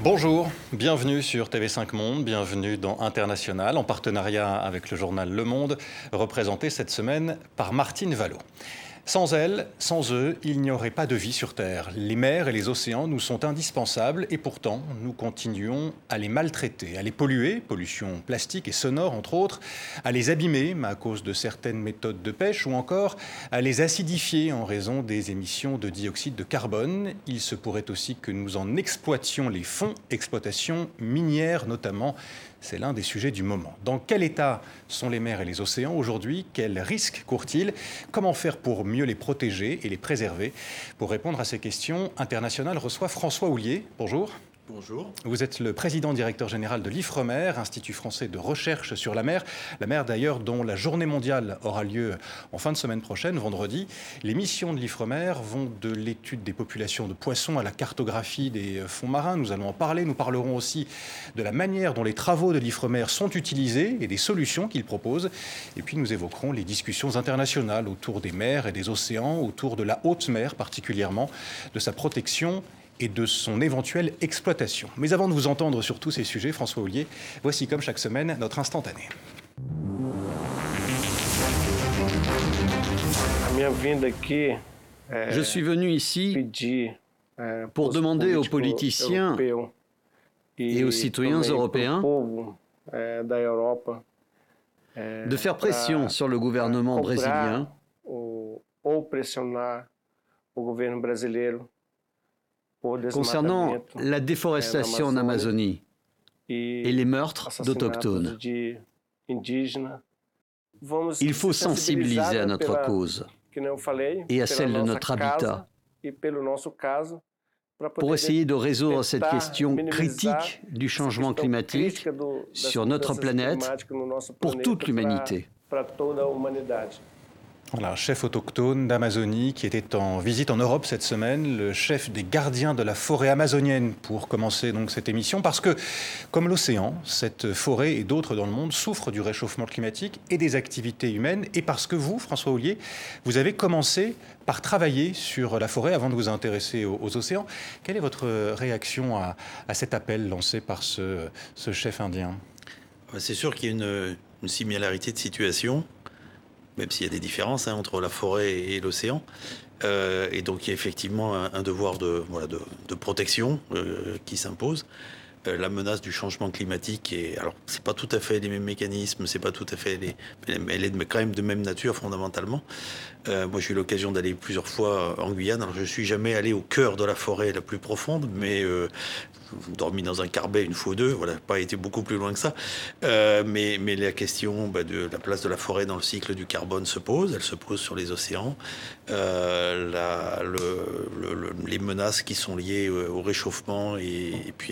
Bonjour, bienvenue sur TV5 Monde, bienvenue dans International, en partenariat avec le journal Le Monde, représenté cette semaine par Martine Vallot. Sans elles, sans eux, il n'y aurait pas de vie sur Terre. Les mers et les océans nous sont indispensables et pourtant, nous continuons à les maltraiter, à les polluer, pollution plastique et sonore entre autres, à les abîmer à cause de certaines méthodes de pêche ou encore à les acidifier en raison des émissions de dioxyde de carbone. Il se pourrait aussi que nous en exploitions les fonds, exploitation minière notamment. C'est l'un des sujets du moment. Dans quel état sont les mers et les océans aujourd'hui? Quels risques courent-ils? Comment faire pour mieux les protéger et les préserver? Pour répondre à ces questions, International reçoit François Houllier. Bonjour. Bonjour. Vous êtes le président directeur général de l'IFREMER, Institut français de recherche sur la mer. La mer d'ailleurs dont la journée mondiale aura lieu en fin de semaine prochaine, vendredi. Les missions de l'IFREMER vont de l'étude des populations de poissons à la cartographie des fonds marins. Nous allons en parler. Nous parlerons aussi de la manière dont les travaux de l'IFREMER sont utilisés et des solutions qu'il propose. Et puis nous évoquerons les discussions internationales autour des mers et des océans, autour de la haute mer particulièrement, de sa protection et de son éventuelle exploitation. Mais avant de vous entendre sur tous ces sujets, François Houllier, voici comme chaque semaine notre instantané. Je suis venu ici pour demander aux politiciens et aux citoyens européens de faire pression sur le gouvernement brésilien concernant la déforestation en Amazonie et les meurtres d'autochtones. Il faut sensibiliser à notre cause et à celle de notre habitat pour essayer de résoudre cette question critique du changement climatique sur notre planète pour toute l'humanité. Voilà, chef autochtone d'Amazonie qui était en visite en Europe cette semaine, le chef des gardiens de la forêt amazonienne pour commencer donc cette émission, parce que, comme l'océan, cette forêt et d'autres dans le monde souffrent du réchauffement climatique et des activités humaines, et parce que vous, François Houllier, vous avez commencé par travailler sur la forêt avant de vous intéresser aux océans. Quelle est votre réaction à cet appel lancé par ce chef indien? C'est sûr qu'il y a une similarité de situation, même s'il y a des différences entre la forêt et l'océan. Et donc il y a effectivement un devoir de protection qui s'impose. La menace du changement climatique, alors c'est pas tout à fait les mêmes mécanismes, c'est pas tout à fait elle est quand même de même nature fondamentalement. Moi j'ai eu l'occasion d'aller plusieurs fois en Guyane. Alors je suis jamais allé au cœur de la forêt la plus profonde, mais dormi dans un carbet une fois ou deux, voilà, pas été beaucoup plus loin que ça. Mais la question de la place de la forêt dans le cycle du carbone se pose. Elle se pose sur les océans. Les menaces qui sont liées au réchauffement et puis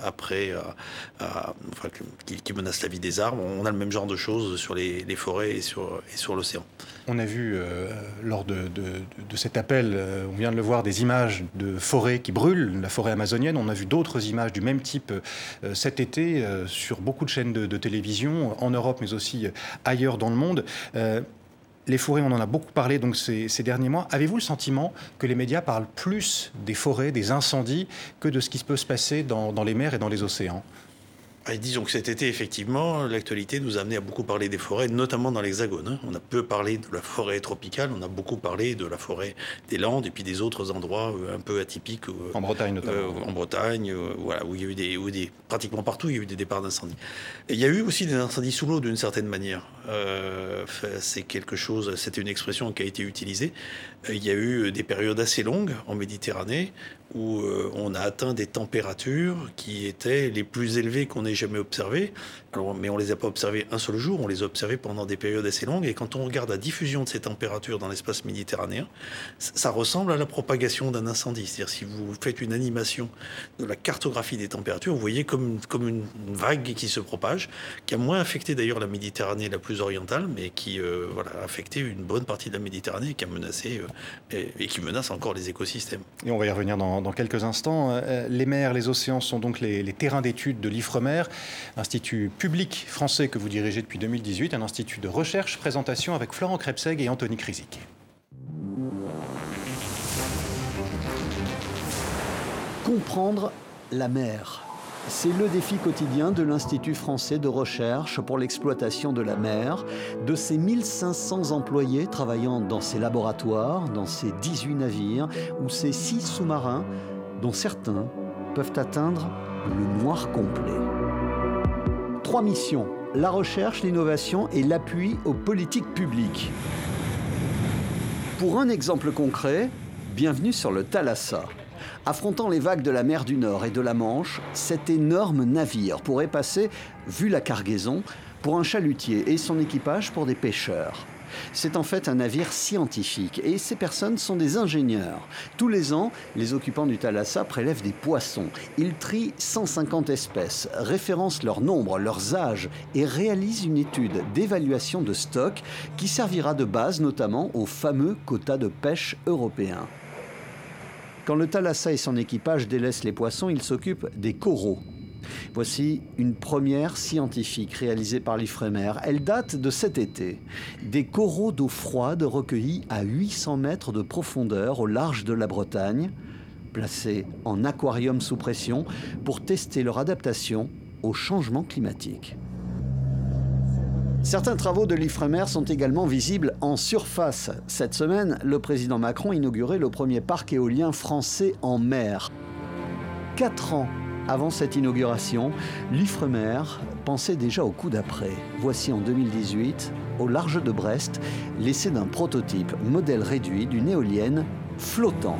qui menacent la vie des arbres. On a le même genre de choses sur les forêts et sur l'océan. On a vu lors de cet appel, on vient de le voir, des images de forêts qui brûlent, la forêt amazonienne. On a vu d'autres images du même type cet été sur beaucoup de chaînes de télévision, en Europe mais aussi ailleurs dans le monde. Les forêts, on en a beaucoup parlé donc ces derniers mois. Avez-vous le sentiment que les médias parlent plus des forêts, des incendies, que de ce qui peut se passer dans les mers et dans les océans ? Disons que cet été, effectivement, l'actualité nous a amené à beaucoup parler des forêts, notamment dans l'Hexagone. On a peu parlé de la forêt tropicale, on a beaucoup parlé de la forêt des Landes et puis des autres endroits un peu atypiques. En Bretagne notamment. En Bretagne, voilà, où il y a eu pratiquement partout, il y a eu des départs d'incendies. Et il y a eu aussi des incendies sous l'eau d'une certaine manière. C'était une expression qui a été utilisée. Il y a eu des périodes assez longues en Méditerranée où on a atteint des températures qui étaient les plus élevées qu'on ait jamais observées. Mais on ne les a pas observées un seul jour, on les a observées pendant des périodes assez longues. Et quand on regarde la diffusion de ces températures dans l'espace méditerranéen, ça ressemble à la propagation d'un incendie. C'est-à-dire si vous faites une animation de la cartographie des températures, vous voyez comme une vague qui se propage, qui a moins affecté d'ailleurs la Méditerranée la plus orientale, mais qui a affecté une bonne partie de la Méditerranée et qui a menacé et qui menace encore les écosystèmes. Et on va y revenir dans quelques instants. Les mers, les océans sont donc les terrains d'études de l'IFREMER, institut public français que vous dirigez depuis 2018, un institut de recherche. Présentation avec Florent Krebseg et Anthony Krzyk. Comprendre la mer. C'est le défi quotidien de l'Institut français de recherche pour l'exploitation de la mer, de ses 1500 employés travaillant dans ses laboratoires, dans ses 18 navires ou ses 6 sous-marins, dont certains peuvent atteindre le noir complet. 3 missions, la recherche, l'innovation et l'appui aux politiques publiques. Pour un exemple concret, bienvenue sur le Thalassa. Affrontant les vagues de la mer du Nord et de la Manche, cet énorme navire pourrait passer, vu la cargaison, pour un chalutier et son équipage pour des pêcheurs. C'est en fait un navire scientifique et ces personnes sont des ingénieurs. Tous les ans, les occupants du Thalassa prélèvent des poissons. Ils trient 150 espèces, référencent leur nombre, leurs âges et réalisent une étude d'évaluation de stock qui servira de base notamment aux fameux quotas de pêche européens. Quand le Thalassa et son équipage délaissent les poissons, ils s'occupent des coraux. Voici une première scientifique réalisée par l'Ifremer. Elle date de cet été. Des coraux d'eau froide recueillis à 800 mètres de profondeur au large de la Bretagne, placés en aquarium sous pression pour tester leur adaptation au changement climatique. Certains travaux de l'Ifremer sont également visibles en surface. Cette semaine, le président Macron inaugurait le premier parc éolien français en mer. 4 ans avant cette inauguration, l'Ifremer pensait déjà au coup d'après. Voici en 2018, au large de Brest, l'essai d'un prototype modèle réduit d'une éolienne flottante.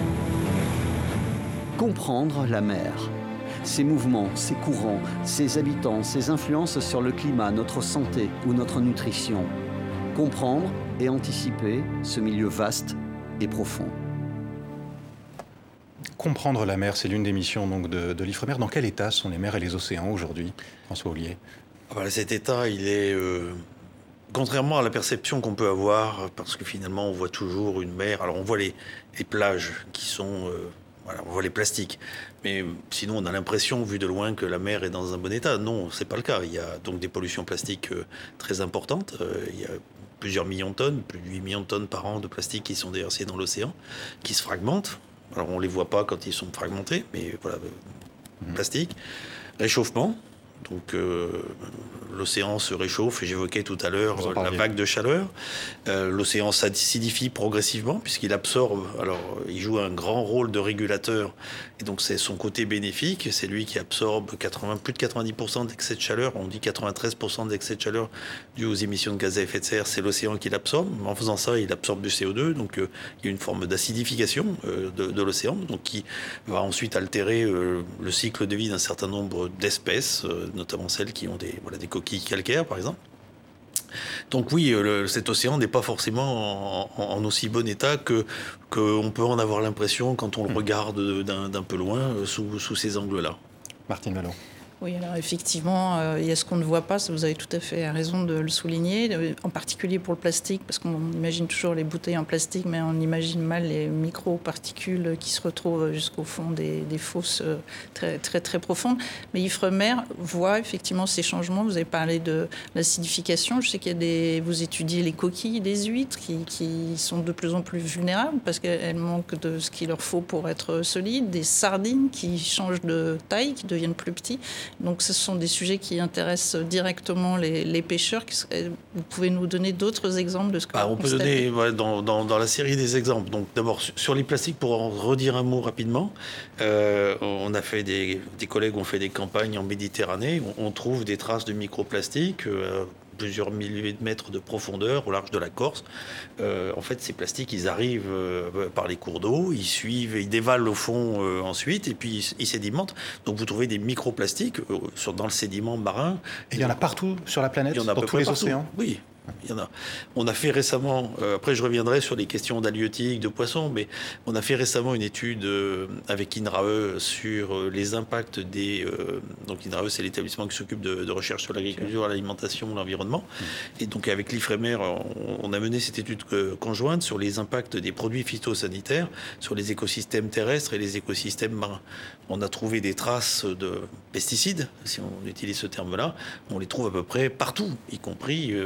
Comprendre la mer. Ses mouvements, ses courants, ses habitants, ses influences sur le climat, notre santé ou notre nutrition. Comprendre et anticiper ce milieu vaste et profond. Comprendre la mer, c'est l'une des missions donc, de l'Ifremer. Dans quel état sont les mers et les océans aujourd'hui, François Houllier ? Voilà, cet état, il est... contrairement à la perception qu'on peut avoir, parce que finalement, on voit toujours une mer... Alors, on voit les plages qui sont... Voilà, on voit les plastiques. Mais sinon, on a l'impression, vu de loin, que la mer est dans un bon état. Non, c'est pas le cas. Il y a donc des pollutions plastiques très importantes. Il y a plusieurs millions de tonnes, plus de 8 millions de tonnes par an de plastique qui sont déversés dans l'océan, qui se fragmentent. Alors, on les voit pas quand ils sont fragmentés, mais voilà, plastique. Réchauffement. Donc, l'océan se réchauffe, et j'évoquais tout à l'heure la vague de chaleur. L'océan s'acidifie progressivement, puisqu'il absorbe, alors il joue un grand rôle de régulateur, et donc c'est son côté bénéfique, c'est lui qui absorbe plus de 90% d'excès de chaleur, on dit 93% d'excès de chaleur dû aux émissions de gaz à effet de serre, c'est l'océan qui l'absorbe. En faisant ça, il absorbe du CO2, donc il y a une forme d'acidification de l'océan, donc qui va ensuite altérer le cycle de vie d'un certain nombre d'espèces, notamment celles qui ont des coquilles calcaires, par exemple. Donc oui, cet océan n'est pas forcément en aussi bon état qu'on peut en avoir l'impression quand on le regarde d'un peu loin, sous ces angles-là. Martine Vallot. Oui, alors effectivement, il y a ce qu'on ne voit pas, ça vous avez tout à fait raison de le souligner, en particulier pour le plastique, parce qu'on imagine toujours les bouteilles en plastique, mais on imagine mal les micro-particules qui se retrouvent jusqu'au fond des fosses très, très, très profondes. Mais Ifremer voit effectivement ces changements. Vous avez parlé de l'acidification. Je sais qu'il y a vous étudiez les coquilles des huîtres qui sont de plus en plus vulnérables parce qu'elles manquent de ce qu'il leur faut pour être solides, des sardines qui changent de taille, qui deviennent plus petits. Donc ce sont des sujets qui intéressent directement les pêcheurs. Vous pouvez nous donner d'autres exemples de ce que vous on peut donner dans la série des exemples. Donc d'abord sur les plastiques, pour en redire un mot rapidement, on a fait des collègues ont fait des campagnes en Méditerranée. On trouve des traces de microplastiques. Plusieurs milliers de mètres de profondeur au large de la Corse. En fait, ces plastiques, ils arrivent par les cours d'eau, ils dévalent au fond ensuite, et puis ils sédimentent. Donc vous trouvez des microplastiques dans le sédiment marin. Et il y en a partout sur la planète, dans tous les océans ? Oui. Il y en a. On a fait récemment, après je reviendrai sur les questions d'halieutiques, de poissons, mais on a fait récemment une étude avec INRAE sur les impacts donc INRAE, c'est l'établissement qui s'occupe de recherche sur l'agriculture, l'alimentation, l'environnement. Et donc avec l'Ifremer, on a mené cette étude conjointe sur les impacts des produits phytosanitaires sur les écosystèmes terrestres et les écosystèmes marins. On a trouvé des traces de pesticides, si on utilise ce terme-là, on les trouve à peu près partout, y compris à très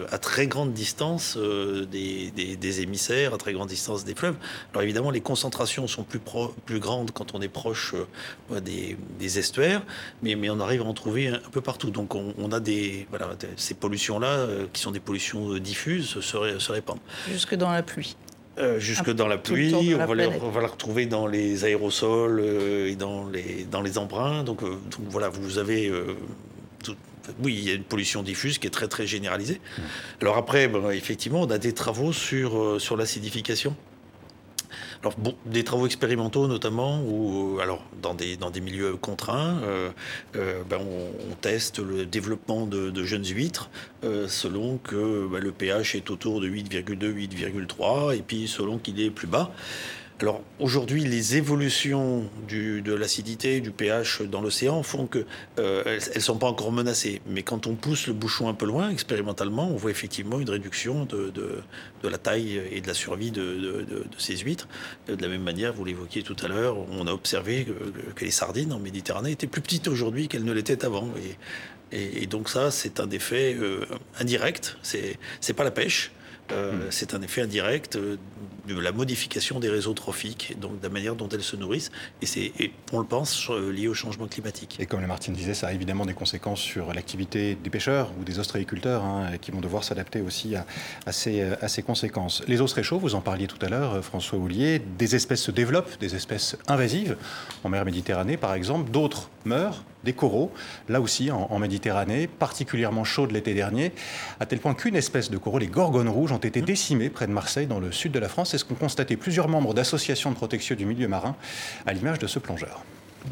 grande distance des émissaires, à très grande distance des fleuves. Alors évidemment, les concentrations sont plus grandes quand on est proche des estuaires, mais on arrive à en trouver un peu partout. Donc on a ces pollutions-là, qui sont des pollutions diffuses, se répandent. Jusque dans la pluie. Jusque dans la pluie, on va la retrouver dans les aérosols et dans les embruns. Donc voilà, vous avez... oui, il y a une pollution diffuse qui est très très généralisée. Alors après, effectivement, on a des travaux sur l'acidification. Alors des travaux expérimentaux notamment, où alors dans des milieux contraints, on teste le développement de jeunes huîtres selon que le pH est autour de 8,2, 8,3, et puis selon qu'il est plus bas. Alors aujourd'hui, les évolutions de l'acidité, du pH dans l'océan font que elles sont pas encore menacées. Mais quand on pousse le bouchon un peu loin, expérimentalement, on voit effectivement une réduction de la taille et de la survie de ces huîtres. De la même manière, vous l'évoquiez tout à l'heure, on a observé que les sardines en Méditerranée étaient plus petites aujourd'hui qu'elles ne l'étaient avant. Et donc ça, c'est un effet indirect. C'est pas la pêche. C'est un effet indirect de la modification des réseaux trophiques, donc de la manière dont elles se nourrissent, et on le pense lié au changement climatique. Et comme Martine disait, ça a évidemment des conséquences sur l'activité des pêcheurs ou des ostréiculteurs, qui vont devoir s'adapter aussi à ces conséquences. Les eaux se réchauffent, vous en parliez tout à l'heure, François Houllier, des espèces se développent, des espèces invasives, en mer Méditerranée par exemple, d'autres meurent, des coraux, là aussi en Méditerranée, particulièrement chaude l'été dernier, à tel point qu'une espèce de coraux, les gorgones rouges, ont été décimées près de Marseille, dans le sud de la France. C'est ce qu'ont constaté plusieurs membres d'associations de protection du milieu marin, à l'image de ce plongeur.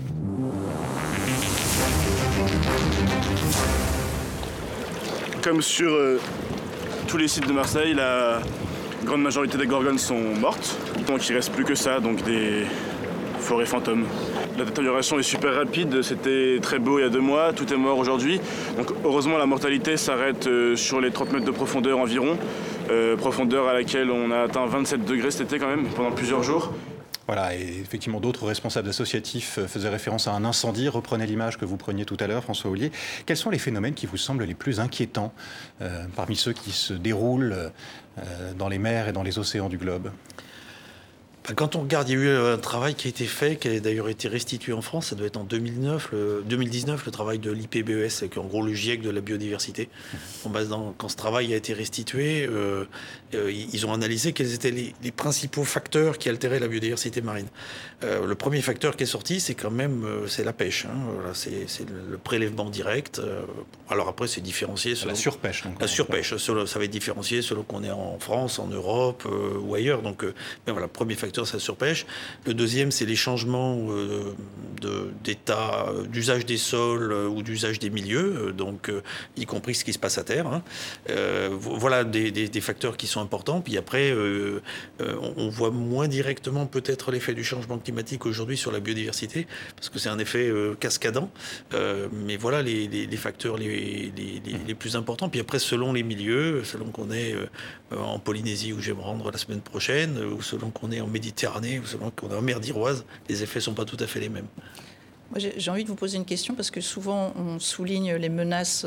Comme sur tous les sites de Marseille, la grande majorité des gorgones sont mortes. Donc il ne reste plus que ça, donc des forêts fantômes. La détérioration est super rapide, c'était très beau il y a 2 mois, tout est mort aujourd'hui. Donc heureusement la mortalité s'arrête sur les 30 mètres de profondeur environ, profondeur à laquelle on a atteint 27 degrés cet été quand même, pendant plusieurs jours. Voilà, et effectivement d'autres responsables associatifs faisaient référence à un incendie. Reprenez l'image que vous preniez tout à l'heure, François Houllier. Quels sont les phénomènes qui vous semblent les plus inquiétants parmi ceux qui se déroulent dans les mers et dans les océans du globe ? Quand on regarde, il y a eu un travail qui a été fait, qui a d'ailleurs été restitué en France, ça doit être en 2019, le travail de l'IPBES, qui est en gros le GIEC de la biodiversité. Quand ce travail a été restitué, ils ont analysé quels étaient les principaux facteurs qui altéraient la biodiversité marine. Le premier facteur qui est sorti, c'est quand même c'est la pêche. Voilà, c'est le prélèvement direct. Alors après, c'est différencié selon... La surpêche. Donc, la surpêche, ça va être différencié selon qu'on est en France, en Europe ou ailleurs. Donc, voilà, premier facteur, c'est la surpêche. Le deuxième, c'est les changements d'état, d'usage des sols ou d'usage des milieux, donc y compris ce qui se passe à terre. Voilà des facteurs qui sont importants. Puis après, on voit moins directement peut-être l'effet du changement climatique aujourd'hui sur la biodiversité, parce que c'est un effet cascadant. Mais voilà les facteurs les plus importants. Puis après, selon les milieux, selon qu'on est en Polynésie où je vais me rendre la semaine prochaine, ou selon qu'on est en Méditerranée, ou selon qu'on est en mer d'Iroise, les effets ne sont pas tout à fait les mêmes. Moi, j'ai envie de vous poser une question parce que souvent on souligne les menaces,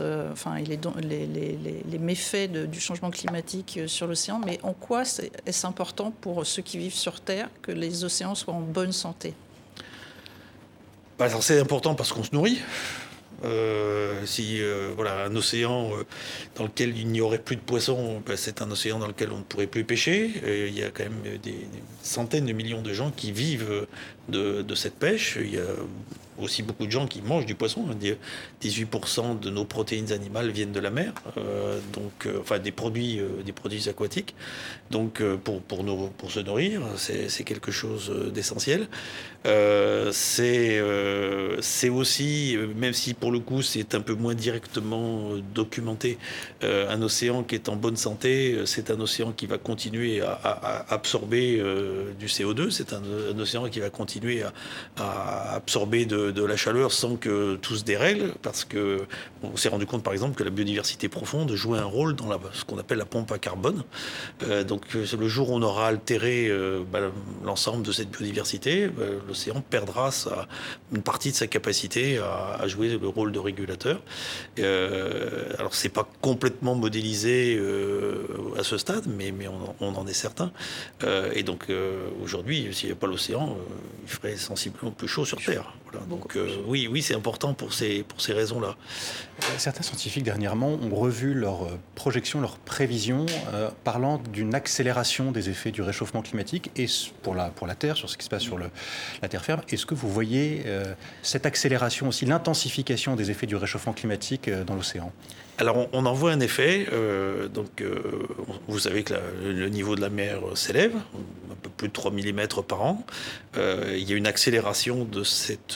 les méfaits du changement climatique sur l'océan, mais en quoi est-ce important pour ceux qui vivent sur Terre que les océans soient en bonne santé ? Alors, c'est important parce qu'on se nourrit. Voilà, un océan dans lequel il n'y aurait plus de poissons, c'est un océan dans lequel on ne pourrait plus pêcher. Il y a quand même des centaines de millions de gens qui vivent de cette pêche. Il y a aussi beaucoup de gens qui mangent du poisson. 18% de nos protéines animales viennent de la mer, des produits aquatiques. Donc pour se nourrir, c'est quelque chose d'essentiel. C'est aussi, même si pour le coup c'est un peu moins directement documenté, un océan qui est en bonne santé, c'est un océan qui va continuer à absorber du CO2, c'est un océan qui va continuer à absorber de de la chaleur sans que tout se dérègle, parce qu'on s'est rendu compte par exemple que la biodiversité profonde jouait un rôle dans ce qu'on appelle la pompe à carbone. Donc le jour où on aura altéré l'ensemble de cette biodiversité, l'océan perdra une partie de sa capacité à jouer le rôle de régulateur. Alors c'est pas complètement modélisé à ce stade, mais on en est certain. Et donc aujourd'hui, s'il n'y avait pas l'océan, il ferait sensiblement plus chaud sur Terre. Voilà. Donc oui, c'est important pour ces raisons-là. Certains scientifiques dernièrement ont revu leurs projections, leurs prévisions, parlant d'une accélération des effets du réchauffement climatique et pour la Terre, sur ce qui se passe sur la terre ferme. Est-ce que vous voyez cette accélération aussi, l'intensification des effets du réchauffement climatique dans l'océan ? Alors on en voit un effet. Vous savez que le niveau de la mer s'élève, un peu plus de 3 mm par an. Il y a une accélération de cette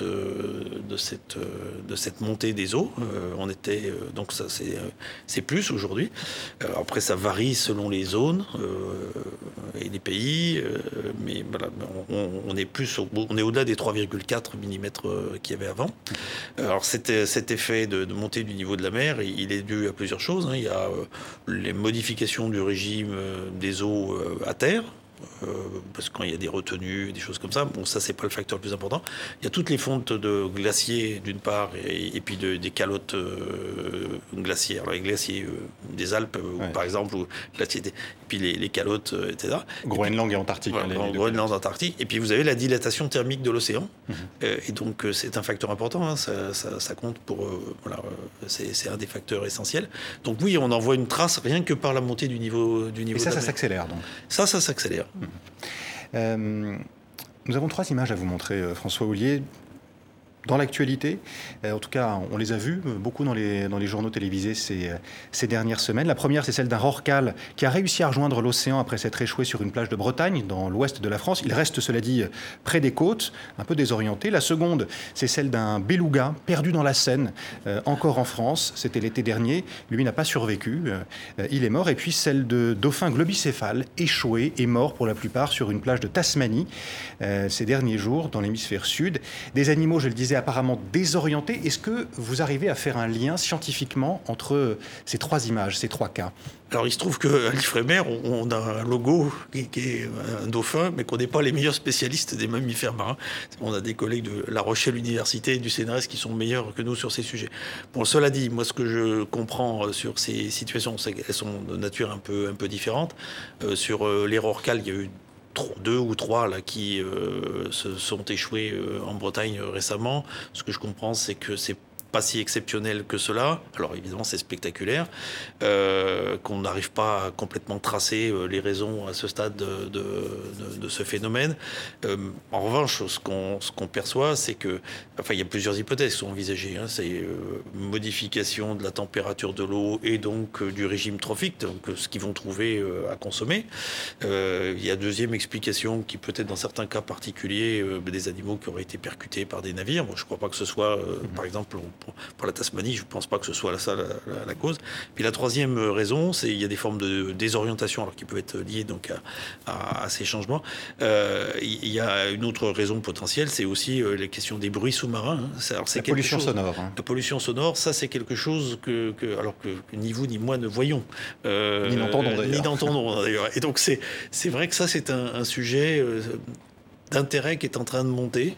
montée des eaux. Donc ça c'est plus aujourd'hui. Après ça varie selon les zones et les pays, mais voilà, on est au-delà des 3,4 mm qu'il y avait avant. Alors cet effet de montée du niveau de la mer, il est dû à plusieurs choses. Il y a les modifications du régime des eaux à terre, parce que quand il y a des retenues, des choses comme ça, bon, ça c'est pas le facteur le plus important. Il y a toutes les fontes de glaciers d'une part, et puis des calottes glaciaires, alors les glaciers des Alpes, par exemple, ou puis les calottes, etc. Groenland et Antarctique. Groenland, Antarctique. Et puis vous avez la dilatation thermique de l'océan. Et donc c'est un facteur important. Hein, ça compte pour c'est un des facteurs essentiels. Donc oui, on en voit une trace rien que par la montée du niveau. Et ça s'accélère donc. Ça s'accélère. Nous avons 3 images à vous montrer, François Houllier. Dans l'actualité, en tout cas, on les a vues beaucoup dans les journaux télévisés ces dernières semaines. La première, c'est celle d'un rorqual qui a réussi à rejoindre l'océan après s'être échoué sur une plage de Bretagne, dans l'ouest de la France. Il reste, cela dit, près des côtes, un peu désorienté. La seconde, c'est celle d'un beluga perdu dans la Seine, encore en France. C'était l'été dernier. Lui n'a pas survécu. Il est mort. Et puis celle de dauphins globicéphales, échoués et morts pour la plupart sur une plage de Tasmanie ces derniers jours, dans l'hémisphère sud. Des animaux, je le disais, apparemment désorienté. Est-ce que vous arrivez à faire un lien scientifiquement entre ces 3 images, ces 3 cas ? Alors il se trouve qu'à l'Ifremer, on a un logo qui est un dauphin, mais qu'on n'est pas les meilleurs spécialistes des mammifères marins. On a des collègues de La Rochelle Université et du CNRS qui sont meilleurs que nous sur ces sujets. Bon, cela dit, moi ce que je comprends sur ces situations, c'est qu'elles sont de nature un peu différentes. Sur les rorquals, il y a eu 2 ou 3 là, qui se sont échoués en Bretagne récemment. Ce que je comprends, c'est que c'est pas si exceptionnel que cela. Alors évidemment, c'est spectaculaire, qu'on n'arrive pas à complètement tracer les raisons à ce stade de ce phénomène. En revanche, ce qu'on perçoit, c'est que, il y a plusieurs hypothèses qui sont envisagées. Hein. C'est modification de la température de l'eau et donc du régime trophique, donc ce qu'ils vont trouver à consommer. Il y a deuxième explication qui peut être dans certains cas particuliers des animaux qui auraient été percutés par des navires. Bon, je ne crois pas que ce soit, par exemple, pour la Tasmanie, je ne pense pas que ce soit ça la cause. Puis la troisième raison, c'est qu'il y a des formes de désorientation alors qui peuvent être liées donc à ces changements. Il y a une autre raison potentielle, c'est aussi les questions des bruits sous-marins. Hein. La pollution sonore. Hein. La pollution sonore, ça c'est quelque chose alors que ni vous ni moi ne voyons. Ni n'entendons d'ailleurs. Ni n'entendons d'ailleurs. Et donc c'est vrai que ça c'est un sujet d'intérêt qui est en train de monter,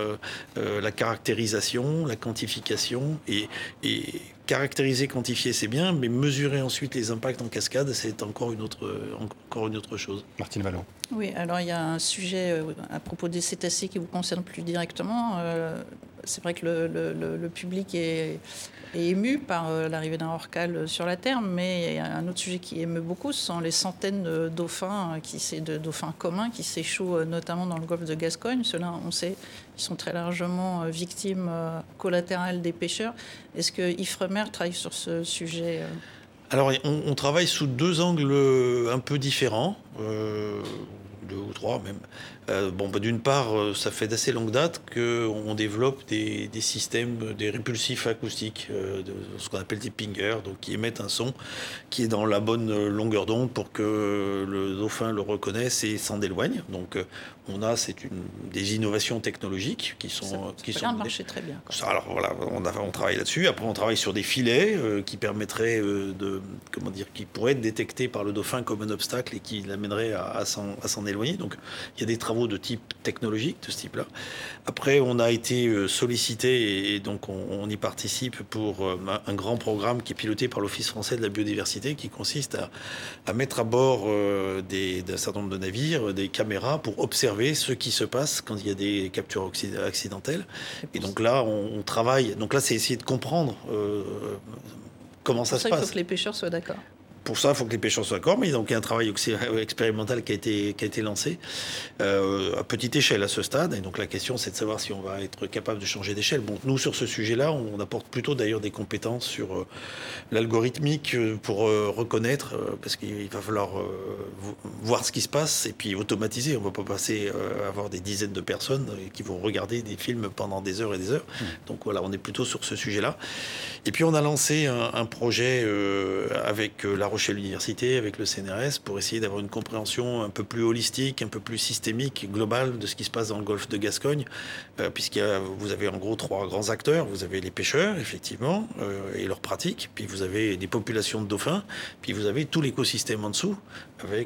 la caractérisation, la quantification, et caractériser, quantifier, c'est bien, mais mesurer ensuite les impacts en cascade, c'est encore une autre chose. Martine Vallon. Oui, alors il y a un sujet à propos des cétacés qui vous concerne plus directement. C'est vrai que le public est ému par l'arrivée d'un rorqual sur la Terre, mais il y a un autre sujet qui émeut beaucoup, ce sont les centaines de dauphins, de dauphins communs qui s'échouent notamment dans le golfe de Gascogne. Ceux-là, on sait, ils sont très largement victimes collatérales des pêcheurs. Est-ce que Ifremer travaille sur ce sujet Alors, on travaille sous 2 angles un peu différents. 2 ou 3 même. D'une part, ça fait d'assez longue date qu'on développe des systèmes, des répulsifs acoustiques, ce qu'on appelle des pingers, donc qui émettent un son qui est dans la bonne longueur d'onde pour que le dauphin le reconnaisse et s'en éloigne. Donc c'est des innovations technologiques qui sont... Ça marche très bien. Alors voilà, on travaille là-dessus. Après, on travaille sur des filets qui permettraient qui pourraient être détectés par le dauphin comme un obstacle et qui l'amèneraient à s'en éloigner. Donc il y a des travaux de type technologique, de ce type-là. Après, on a été sollicité et donc on y participe pour un grand programme qui est piloté par l'Office français de la biodiversité qui consiste à mettre à bord d'un certain nombre de navires des caméras pour observer ce qui se passe quand il y a des captures accidentelles. Et donc là, on travaille. Donc là, c'est essayer de comprendre comment ça se passe. Il faut que les pêcheurs soient d'accord. Pour ça, il faut que les pêcheurs soient d'accord, mais donc il y a un travail expérimental qui a été lancé à petite échelle à ce stade. Et donc la question, c'est de savoir si on va être capable de changer d'échelle. Bon, nous, sur ce sujet-là, on apporte plutôt d'ailleurs des compétences sur l'algorithmique pour reconnaître, parce qu'il va falloir voir ce qui se passe et puis automatiser. On ne va pas passer à avoir des dizaines de personnes qui vont regarder des films pendant des heures et des heures. Donc voilà, on est plutôt sur ce sujet-là. Et puis on a lancé un projet avec La Rochelle Université, avec le CNRS, pour essayer d'avoir une compréhension un peu plus holistique, un peu plus systémique, globale de ce qui se passe dans le golfe de Gascogne, vous avez en gros 3 grands acteurs. Vous avez les pêcheurs, effectivement, et leurs pratiques, puis vous avez des populations de dauphins, puis vous avez tout l'écosystème en dessous, avec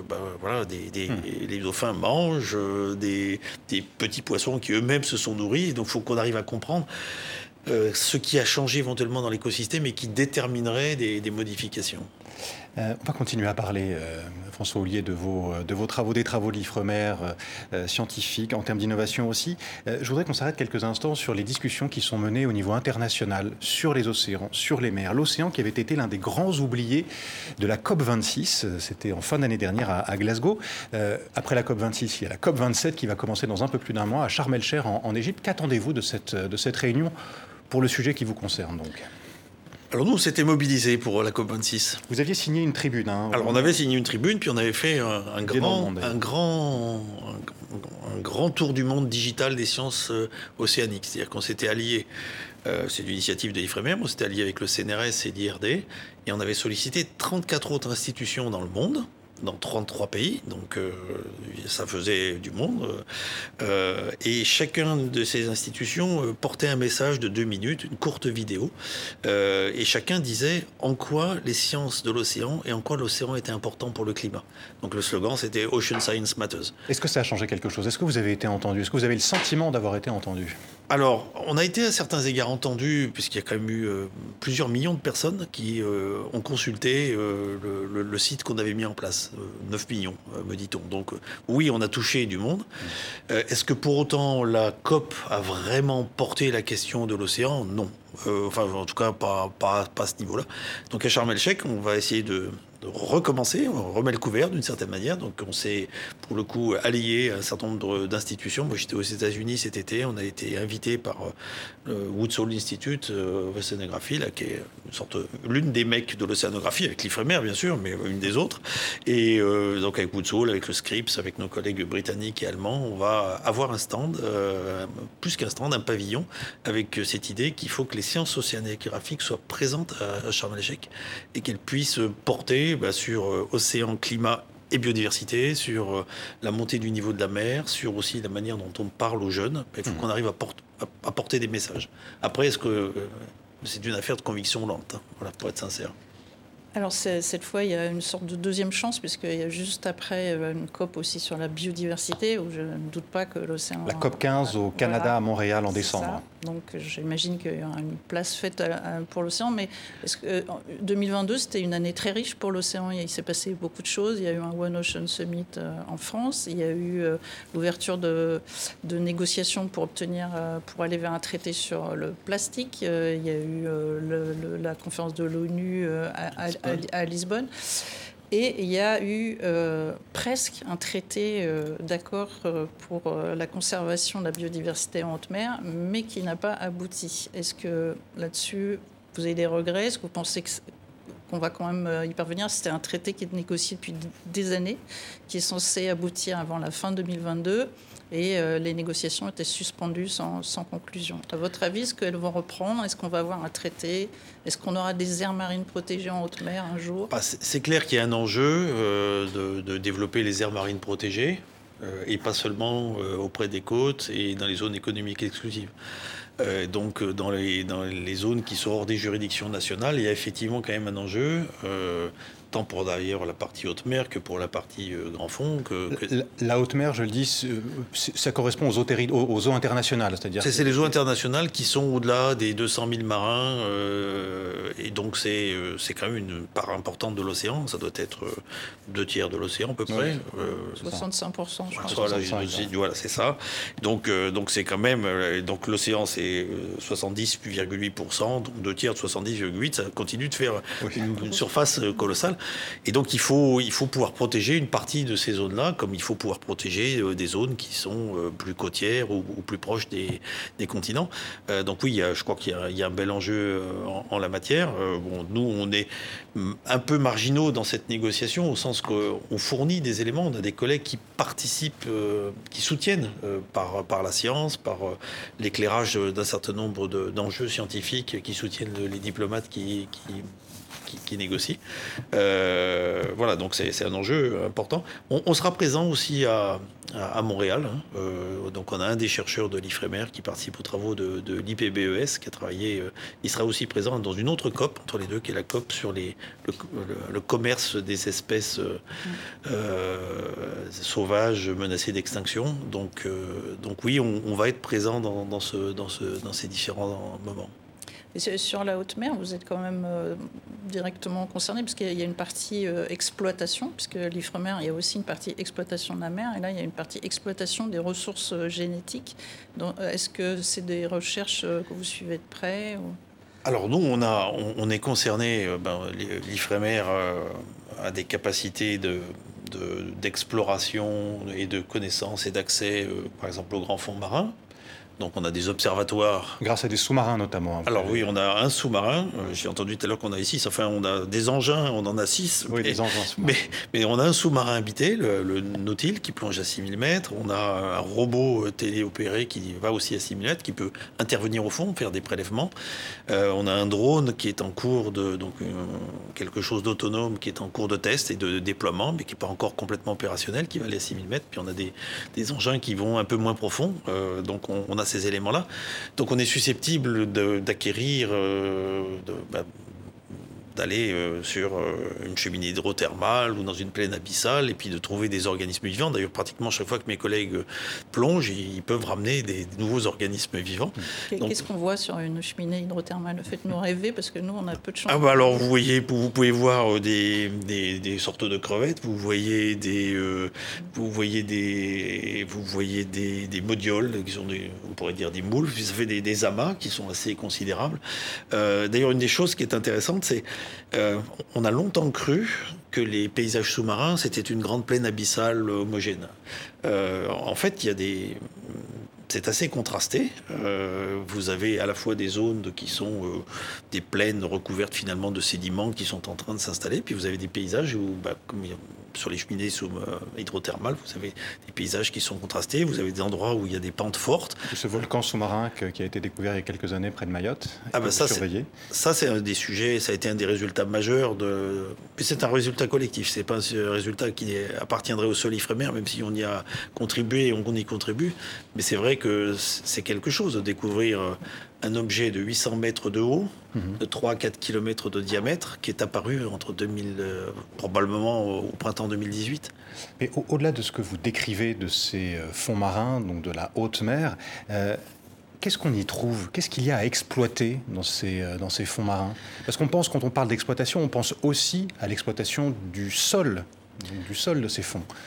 les dauphins mangent des petits poissons qui eux-mêmes se sont nourris, donc il faut qu'on arrive à comprendre ce qui a changé éventuellement dans l'écosystème et qui déterminerait des modifications. On va continuer à parler, François Ollier, de vos travaux, des travaux de l'Ifremer, scientifiques, en termes d'innovation aussi. Je voudrais qu'on s'arrête quelques instants sur les discussions qui sont menées au niveau international, sur les océans, sur les mers. L'océan qui avait été l'un des grands oubliés de la COP26, c'était en fin d'année dernière à Glasgow. Après la COP26, il y a la COP27 qui va commencer dans un peu plus d'un mois à Sharm el-Sheikh en Égypte. Qu'attendez-vous de cette réunion pour le sujet qui vous concerne donc ? Alors nous, on s'était mobilisés pour la COP26. Vous aviez signé une tribune. Alors on avait signé une tribune, puis on avait fait un grand tour du monde digital des sciences océaniques. C'est-à-dire qu'on s'était alliés, c'est l'initiative de l'Ifremer, on s'était alliés avec le CNRS et l'IRD, et on avait sollicité 34 autres institutions dans le monde, dans 33 pays, donc ça faisait du monde. Et chacun de ces institutions portait un message de 2 minutes, une courte vidéo, et chacun disait en quoi les sciences de l'océan et en quoi l'océan était important pour le climat. Donc le slogan, c'était « Ocean Science Matters ». Est-ce que ça a changé quelque chose ? Est-ce que vous avez été entendu ? Est-ce que vous avez le sentiment d'avoir été entendu ? Alors, on a été à certains égards entendus, puisqu'il y a quand même eu plusieurs millions de personnes qui ont consulté le site qu'on avait mis en place. 9 millions, me dit-on. Donc oui, on a touché du monde. Est-ce que pour autant la COP a vraiment porté la question de l'océan ? Non. En tout cas, pas à ce niveau-là. Donc à Sharm el-Sheikh, on va essayer de recommencer, on remet le couvert d'une certaine manière. Donc on s'est pour le coup allié à un certain nombre d'institutions. Moi j'étais aux États-Unis cet été, on a été invité par le Woods Hole Institute of Oceanography, là, qui est l'une des mecs de l'océanographie, avec l'Ifremer bien sûr, mais une des autres. Et donc avec Woods Hole, avec le Scripps, avec nos collègues britanniques et allemands, on va avoir un stand, plus qu'un stand, un pavillon, avec cette idée qu'il faut que les sciences océanographiques soient présentes à Sharm el-Sheikh et qu'elles puissent porter sur océan, climat et biodiversité, sur la montée du niveau de la mer, sur aussi la manière dont on parle aux jeunes. Il faut qu'on arrive à porter des messages. Après, est-ce que c'est une affaire de conviction lente, voilà, pour être sincère. Alors cette fois, il y a une sorte de deuxième chance, puisqu'il y a juste après une COP aussi sur la biodiversité, où je ne doute pas que l'océan... La COP 15 au Canada, voilà, à Montréal en décembre. Ça. Donc j'imagine qu'il y aura une place faite pour l'océan, mais 2022, c'était une année très riche pour l'océan. Il s'est passé beaucoup de choses. Il y a eu un One Ocean Summit en France. Il y a eu l'ouverture de négociations pour aller vers un traité sur le plastique. Il y a eu la conférence de l'ONU à Lisbonne. Et il y a eu presque un traité d'accord pour la conservation de la biodiversité en haute mer, mais qui n'a pas abouti. Est-ce que là-dessus, vous avez des regrets ? Est-ce que vous pensez qu'on va quand même y parvenir. C'était un traité qui est négocié depuis des années, qui est censé aboutir avant la fin 2022. Et les négociations étaient suspendues sans conclusion. À votre avis, est-ce qu'elles vont reprendre? Est-ce qu'on va avoir un traité? Est-ce qu'on aura des aires marines protégées en haute mer un jour? C'est clair qu'il y a un enjeu de développer les aires marines protégées, et pas seulement auprès des côtes et dans les zones économiques exclusives. Donc dans les zones qui sont hors des juridictions nationales, il y a effectivement quand même un enjeu, tant pour d'ailleurs la partie haute mer que pour la partie grand fond. La haute mer, je le dis, ça correspond aux eaux internationales, c'est-à-dire... C'est les eaux internationales qui sont au-delà des 200 000 marins, et donc c'est quand même une part importante de l'océan. Ça doit être 2/3 de l'océan à peu près. 65%, je pense. Voilà, c'est ça. Donc c'est quand même... donc l'océan, c'est 70,8%, donc 2/3 de 70,8%, ça continue de faire une surface colossale. Et donc il faut pouvoir protéger une partie de ces zones-là, comme il faut pouvoir protéger des zones qui sont plus côtières ou plus proches des continents. Donc oui, je crois qu'il y a un bel enjeu en la matière. Nous, on est un peu marginaux dans cette négociation, au sens qu'on fournit des éléments. On a des collègues qui participent, qui soutiennent par la science, par l'éclairage d'un certain nombre d'enjeux scientifiques, qui soutiennent les diplomates qui négocient. Voilà, donc c'est un enjeu important. On sera présent aussi à Montréal. Donc on a un des chercheurs de l'IFREMER qui participe aux travaux de l'IPBES, qui a travaillé. Il sera aussi présent dans une autre COP, entre les deux, qui est la COP sur le commerce des espèces sauvages menacées d'extinction. Donc oui, on va être présent dans ces différents moments. Et sur la haute mer, vous êtes quand même directement concerné, parce qu'il y a une partie exploitation, puisque l'IFREMER, il y a aussi une partie exploitation de la mer, et là, il y a une partie exploitation des ressources génétiques. Donc, est-ce que c'est des recherches que vous suivez de près ou... Alors nous, on est concerné, l'IFREMER a des capacités d'exploration et de connaissance et d'accès, par exemple, au grand fond marin. Donc on a des observatoires. Grâce à des sous-marins notamment. Alors oui, on a un sous-marin. J'ai entendu tout à l'heure qu'on a ici. Enfin, on a des engins, on en a 6. Oui, des engins sous-marins. Mais on a un sous-marin habité, le Nautil, qui plonge à 6000 mètres. On a un robot téléopéré qui va aussi à 6000 mètres, qui peut intervenir au fond, faire des prélèvements. On a un drone qui est en cours quelque chose d'autonome qui est en cours de test et de déploiement, mais qui n'est pas encore complètement opérationnel, qui va aller à 6000 mètres. Puis on a des engins qui vont un peu moins profond. Donc on a ces éléments-là. Donc on est susceptible d'acquérir, d'aller sur une cheminée hydrothermale ou dans une plaine abyssale et puis de trouver des organismes vivants. D'ailleurs, pratiquement chaque fois que mes collègues plongent, ils peuvent ramener des nouveaux organismes vivants. Qu'est-ce qu'on voit sur une cheminée hydrothermale? Faites-nous rêver, parce que nous, on a peu de chance. Alors, vous pouvez voir des sortes de crevettes, vous voyez des modioles, qui sont on pourrait dire des moules, ça fait des amas qui sont assez considérables. D'ailleurs, une des choses qui est intéressante, c'est on a longtemps cru que les paysages sous-marins, c'était une grande plaine abyssale homogène. En fait, c'est assez contrasté. Vous avez à la fois des zones qui sont des plaines recouvertes finalement de sédiments qui sont en train de s'installer, puis vous avez des paysages où, comme sur les cheminées hydrothermales, vous avez des paysages qui sont contrastés, vous avez des endroits où il y a des pentes fortes. Ce volcan sous-marin qui a été découvert il y a quelques années près de Mayotte, ça c'est un des sujets, ça a été un des résultats majeurs Puis c'est un résultat collectif, c'est pas un résultat qui appartiendrait au seul IFREMER, même si on y a contribué et on y contribue. Mais c'est vrai que c'est quelque chose de découvrir un objet de 800 mètres de haut, de 3 à 4 km de diamètre, qui est apparu entre probablement au printemps 2018. Mais au-delà de ce que vous décrivez de ces fonds marins, donc de la haute mer, qu'est-ce qu'on y trouve? Qu'est-ce qu'il y a à exploiter dans ces fonds marins? Parce qu'on pense, quand on parle d'exploitation, on pense aussi à l'exploitation du sol de ces fonds.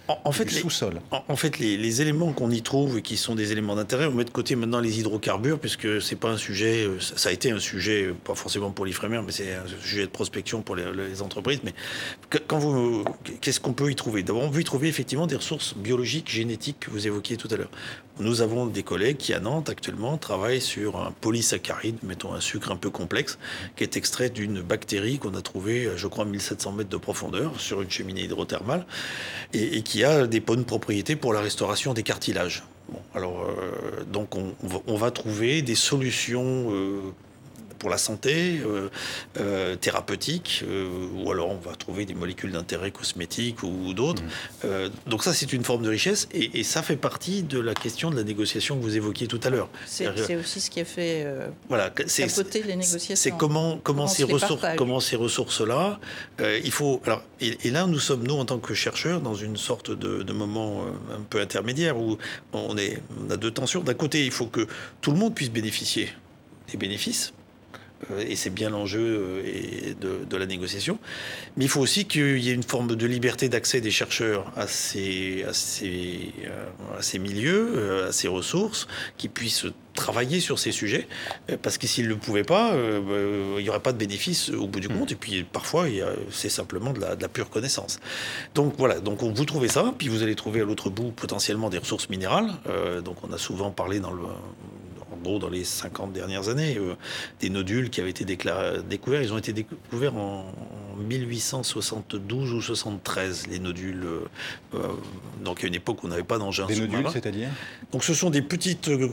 En fait, du sous-sol. En fait, les éléments qu'on y trouve et qui sont des éléments d'intérêt, on met de côté maintenant les hydrocarbures, puisque c'est pas un sujet, ça a été un sujet, pas forcément pour l'Ifremer, mais c'est un sujet de prospection pour les entreprises. Mais qu'est-ce qu'on peut y trouver? D'abord, on peut y trouver effectivement des ressources biologiques, génétiques que vous évoquiez tout à l'heure. Nous avons des collègues qui, à Nantes, actuellement, travaillent sur un polysaccharide, mettons un sucre un peu complexe, qui est extrait d'une bactérie qu'on a trouvée, je crois, à 1700 mètres de profondeur, sur une cheminée hydrothermale, et qui a des bonnes propriétés pour la restauration des cartilages. Bon, alors, donc, on va trouver des solutions pour la santé, thérapeutique, ou alors on va trouver des molécules d'intérêt cosmétique ou d'autres. Donc ça, c'est une forme de richesse, et ça fait partie de la question de la négociation que vous évoquiez tout à l'heure. C'est aussi ce qui a fait voilà, capoter les négociations. C'est comment ces ressources-là, il faut... Alors, et là, nous sommes, nous, en tant que chercheurs, dans une sorte de moment un peu intermédiaire, où on a deux tensions. D'un côté, il faut que tout le monde puisse bénéficier des bénéfices, et c'est bien l'enjeu de la négociation. Mais il faut aussi qu'il y ait une forme de liberté d'accès des chercheurs à ces milieux, à ces ressources, qui puissent travailler sur ces sujets, parce que s'ils ne le pouvaient pas, il n'y aurait pas de bénéfice au bout du compte, et puis parfois, c'est simplement de la pure connaissance. Donc voilà, donc vous trouvez ça, puis vous allez trouver à l'autre bout potentiellement des ressources minérales. Donc on a souvent parlé en gros, dans les 50 dernières années, des nodules qui avaient été découverts. Ils ont été découverts en 1872 ou 73, les nodules. Donc, à une époque où on n'avait pas d'engins sous-marins. Des nodules, c'est-à-dire? Donc, ce sont des petits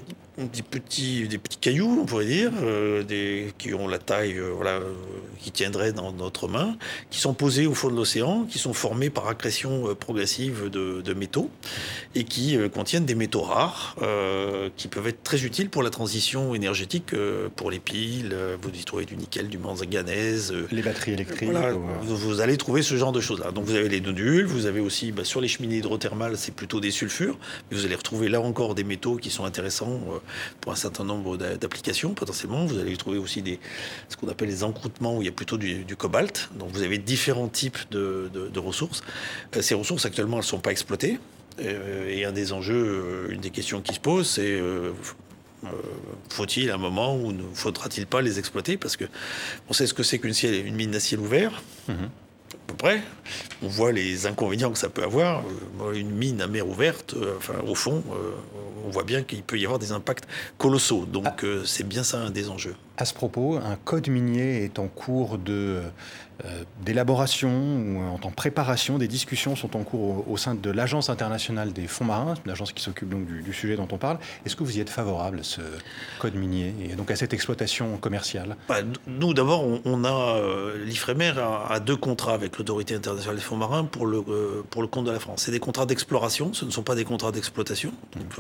cailloux, on pourrait dire, qui ont la taille, qui tiendraient dans notre main, qui sont posés au fond de l'océan, qui sont formés par accrétion progressive de métaux, et qui contiennent des métaux rares, qui peuvent être très utiles pour la transition énergétique, pour les piles. Vous y trouvez du nickel, du manganèse. Les batteries électriques. Voilà, vous allez trouver ce genre de choses-là. Donc vous avez les nodules, vous avez aussi, sur les cheminées hydrothermales, c'est plutôt des sulfures, mais vous allez retrouver là encore des métaux qui sont intéressants pour un certain nombre d'applications potentiellement. Vous allez trouver aussi ce qu'on appelle les encroûtements, où il y a plutôt du cobalt. Donc vous avez différents types de ressources. Ces ressources actuellement, elles ne sont pas exploitées. Et un des enjeux, une des questions qui se posent, c'est faut-il un moment où ne faudra-t-il pas les exploiter? Parce que on sait ce que c'est qu'une mine à ciel ouvert. À peu près. On voit les inconvénients que ça peut avoir. Une mine à mer ouverte, au fond, on voit bien qu'il peut y avoir des impacts colossaux. Donc c'est bien ça un des enjeux. À ce propos, un code minier est en cours d'élaboration ou en préparation. Des discussions sont en cours au sein de l'Agence internationale des fonds marins, l'agence qui s'occupe donc du sujet dont on parle. Est-ce que vous y êtes favorable à ce code minier et donc à cette exploitation commerciale? Nous, d'abord, on a l'Ifremer a 2 contrats avec l'Autorité internationale des fonds marins pour le compte de la France. C'est des contrats d'exploration, ce ne sont pas des contrats d'exploitation. Donc,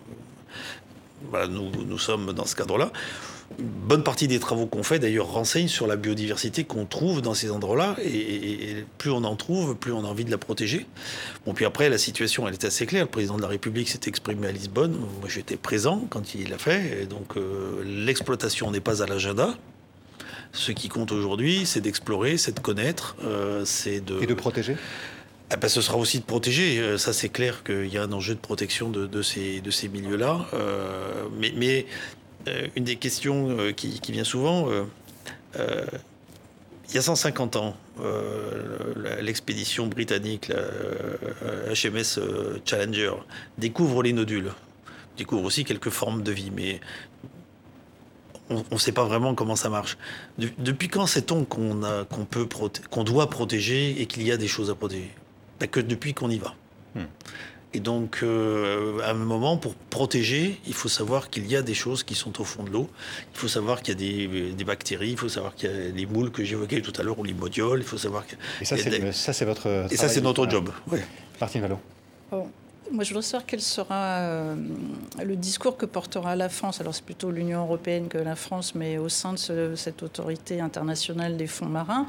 nous sommes dans ce cadre-là. Une bonne partie des travaux qu'on fait, d'ailleurs, renseignent sur la biodiversité qu'on trouve dans ces endroits-là. Et plus on en trouve, plus on a envie de la protéger. Bon, puis après, la situation, elle est assez claire. Le président de la République s'est exprimé à Lisbonne. Moi, j'étais présent quand il l'a fait. Et donc, l'exploitation n'est pas à l'agenda. Ce qui compte aujourd'hui, c'est d'explorer, c'est de connaître, Et de protéger ? Ce sera aussi de protéger. Ça, c'est clair qu'il y a un enjeu de protection de ces milieux-là. Mais une des questions qui vient souvent, il y a 150 ans, l'expédition britannique, la HMS Challenger, découvre les nodules, découvre aussi quelques formes de vie, mais on ne sait pas vraiment comment ça marche. Depuis quand sait-on qu'on doit protéger et qu'il y a des choses à protéger? Que depuis qu'on y va. Et donc, à un moment, pour protéger, il faut savoir qu'il y a des choses qui sont au fond de l'eau. Il faut savoir qu'il y a des bactéries. Il faut savoir qu'il y a les moules que j'évoquais tout à l'heure, ou les modioles. Il faut savoir que... Et ça, c'est votre travail. Et ça, c'est notre job. Ouais. Martine Vallot. Moi, je voudrais savoir quel sera le discours que portera la France. Alors, c'est plutôt l'Union européenne que la France, mais au sein de cette autorité internationale des fonds marins,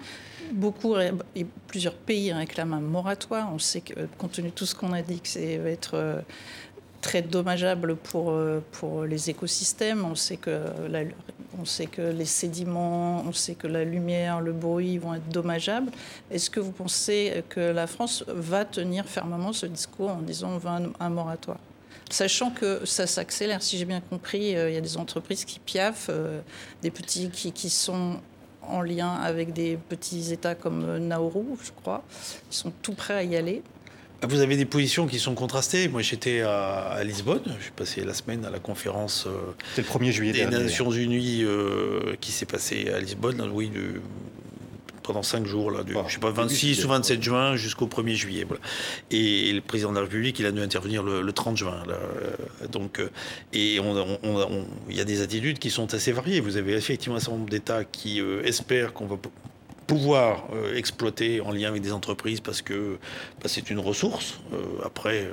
plusieurs pays réclament un moratoire. On sait que, compte tenu de tout ce qu'on a dit, que ça va être très dommageable pour les écosystèmes. On sait que les sédiments, on sait que la lumière, le bruit vont être dommageables. Est-ce que vous pensez que la France va tenir fermement ce discours en disant on veut un moratoire ? Sachant que ça s'accélère, si j'ai bien compris, il y a des entreprises qui piaffent, des petits qui sont en lien avec des petits États comme Nauru, je crois. Ils sont tout prêts à y aller. Vous avez des positions qui sont contrastées. Moi, j'étais à Lisbonne. J'ai passé la semaine à la conférence C'est le 1er juillet des dernier. Nations Unies qui s'est passée à Lisbonne, oui, pendant 5 jours, là, je sais pas, 26 ou 27 juin jusqu'au 1er juillet. Voilà. Et le président de la République, il a dû intervenir le 30 juin. Là. Donc, et il y a des attitudes qui sont assez variées. Vous avez effectivement un certain nombre d'États qui espèrent qu'on va pouvoir exploiter en lien avec des entreprises parce que c'est une ressource. Après,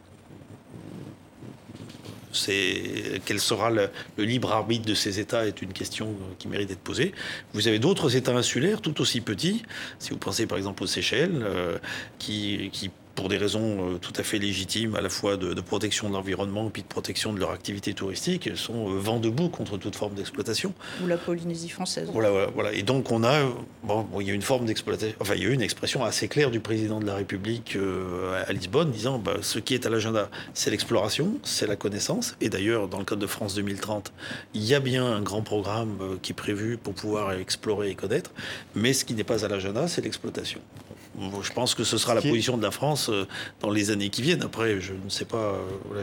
quel sera le libre arbitre de ces États est une question qui mérite d'être posée. Vous avez d'autres États insulaires tout aussi petits. Si vous pensez par exemple aux Seychelles, qui pour des raisons tout à fait légitimes, à la fois de protection de l'environnement et puis de protection de leur activité touristique, sont vent debout contre toute forme d'exploitation. Ou la Polynésie française. Voilà. Et donc on a, il y a une forme d'exploitation, enfin il y a eu une expression assez claire du président de la République à Lisbonne, disant ce qui est à l'agenda, c'est l'exploration, c'est la connaissance. Et d'ailleurs, dans le cadre de France 2030, il y a bien un grand programme qui est prévu pour pouvoir explorer et connaître, mais ce qui n'est pas à l'agenda, c'est l'exploitation. Je pense que ce sera la position de la France dans les années qui viennent. Après, je ne sais pas.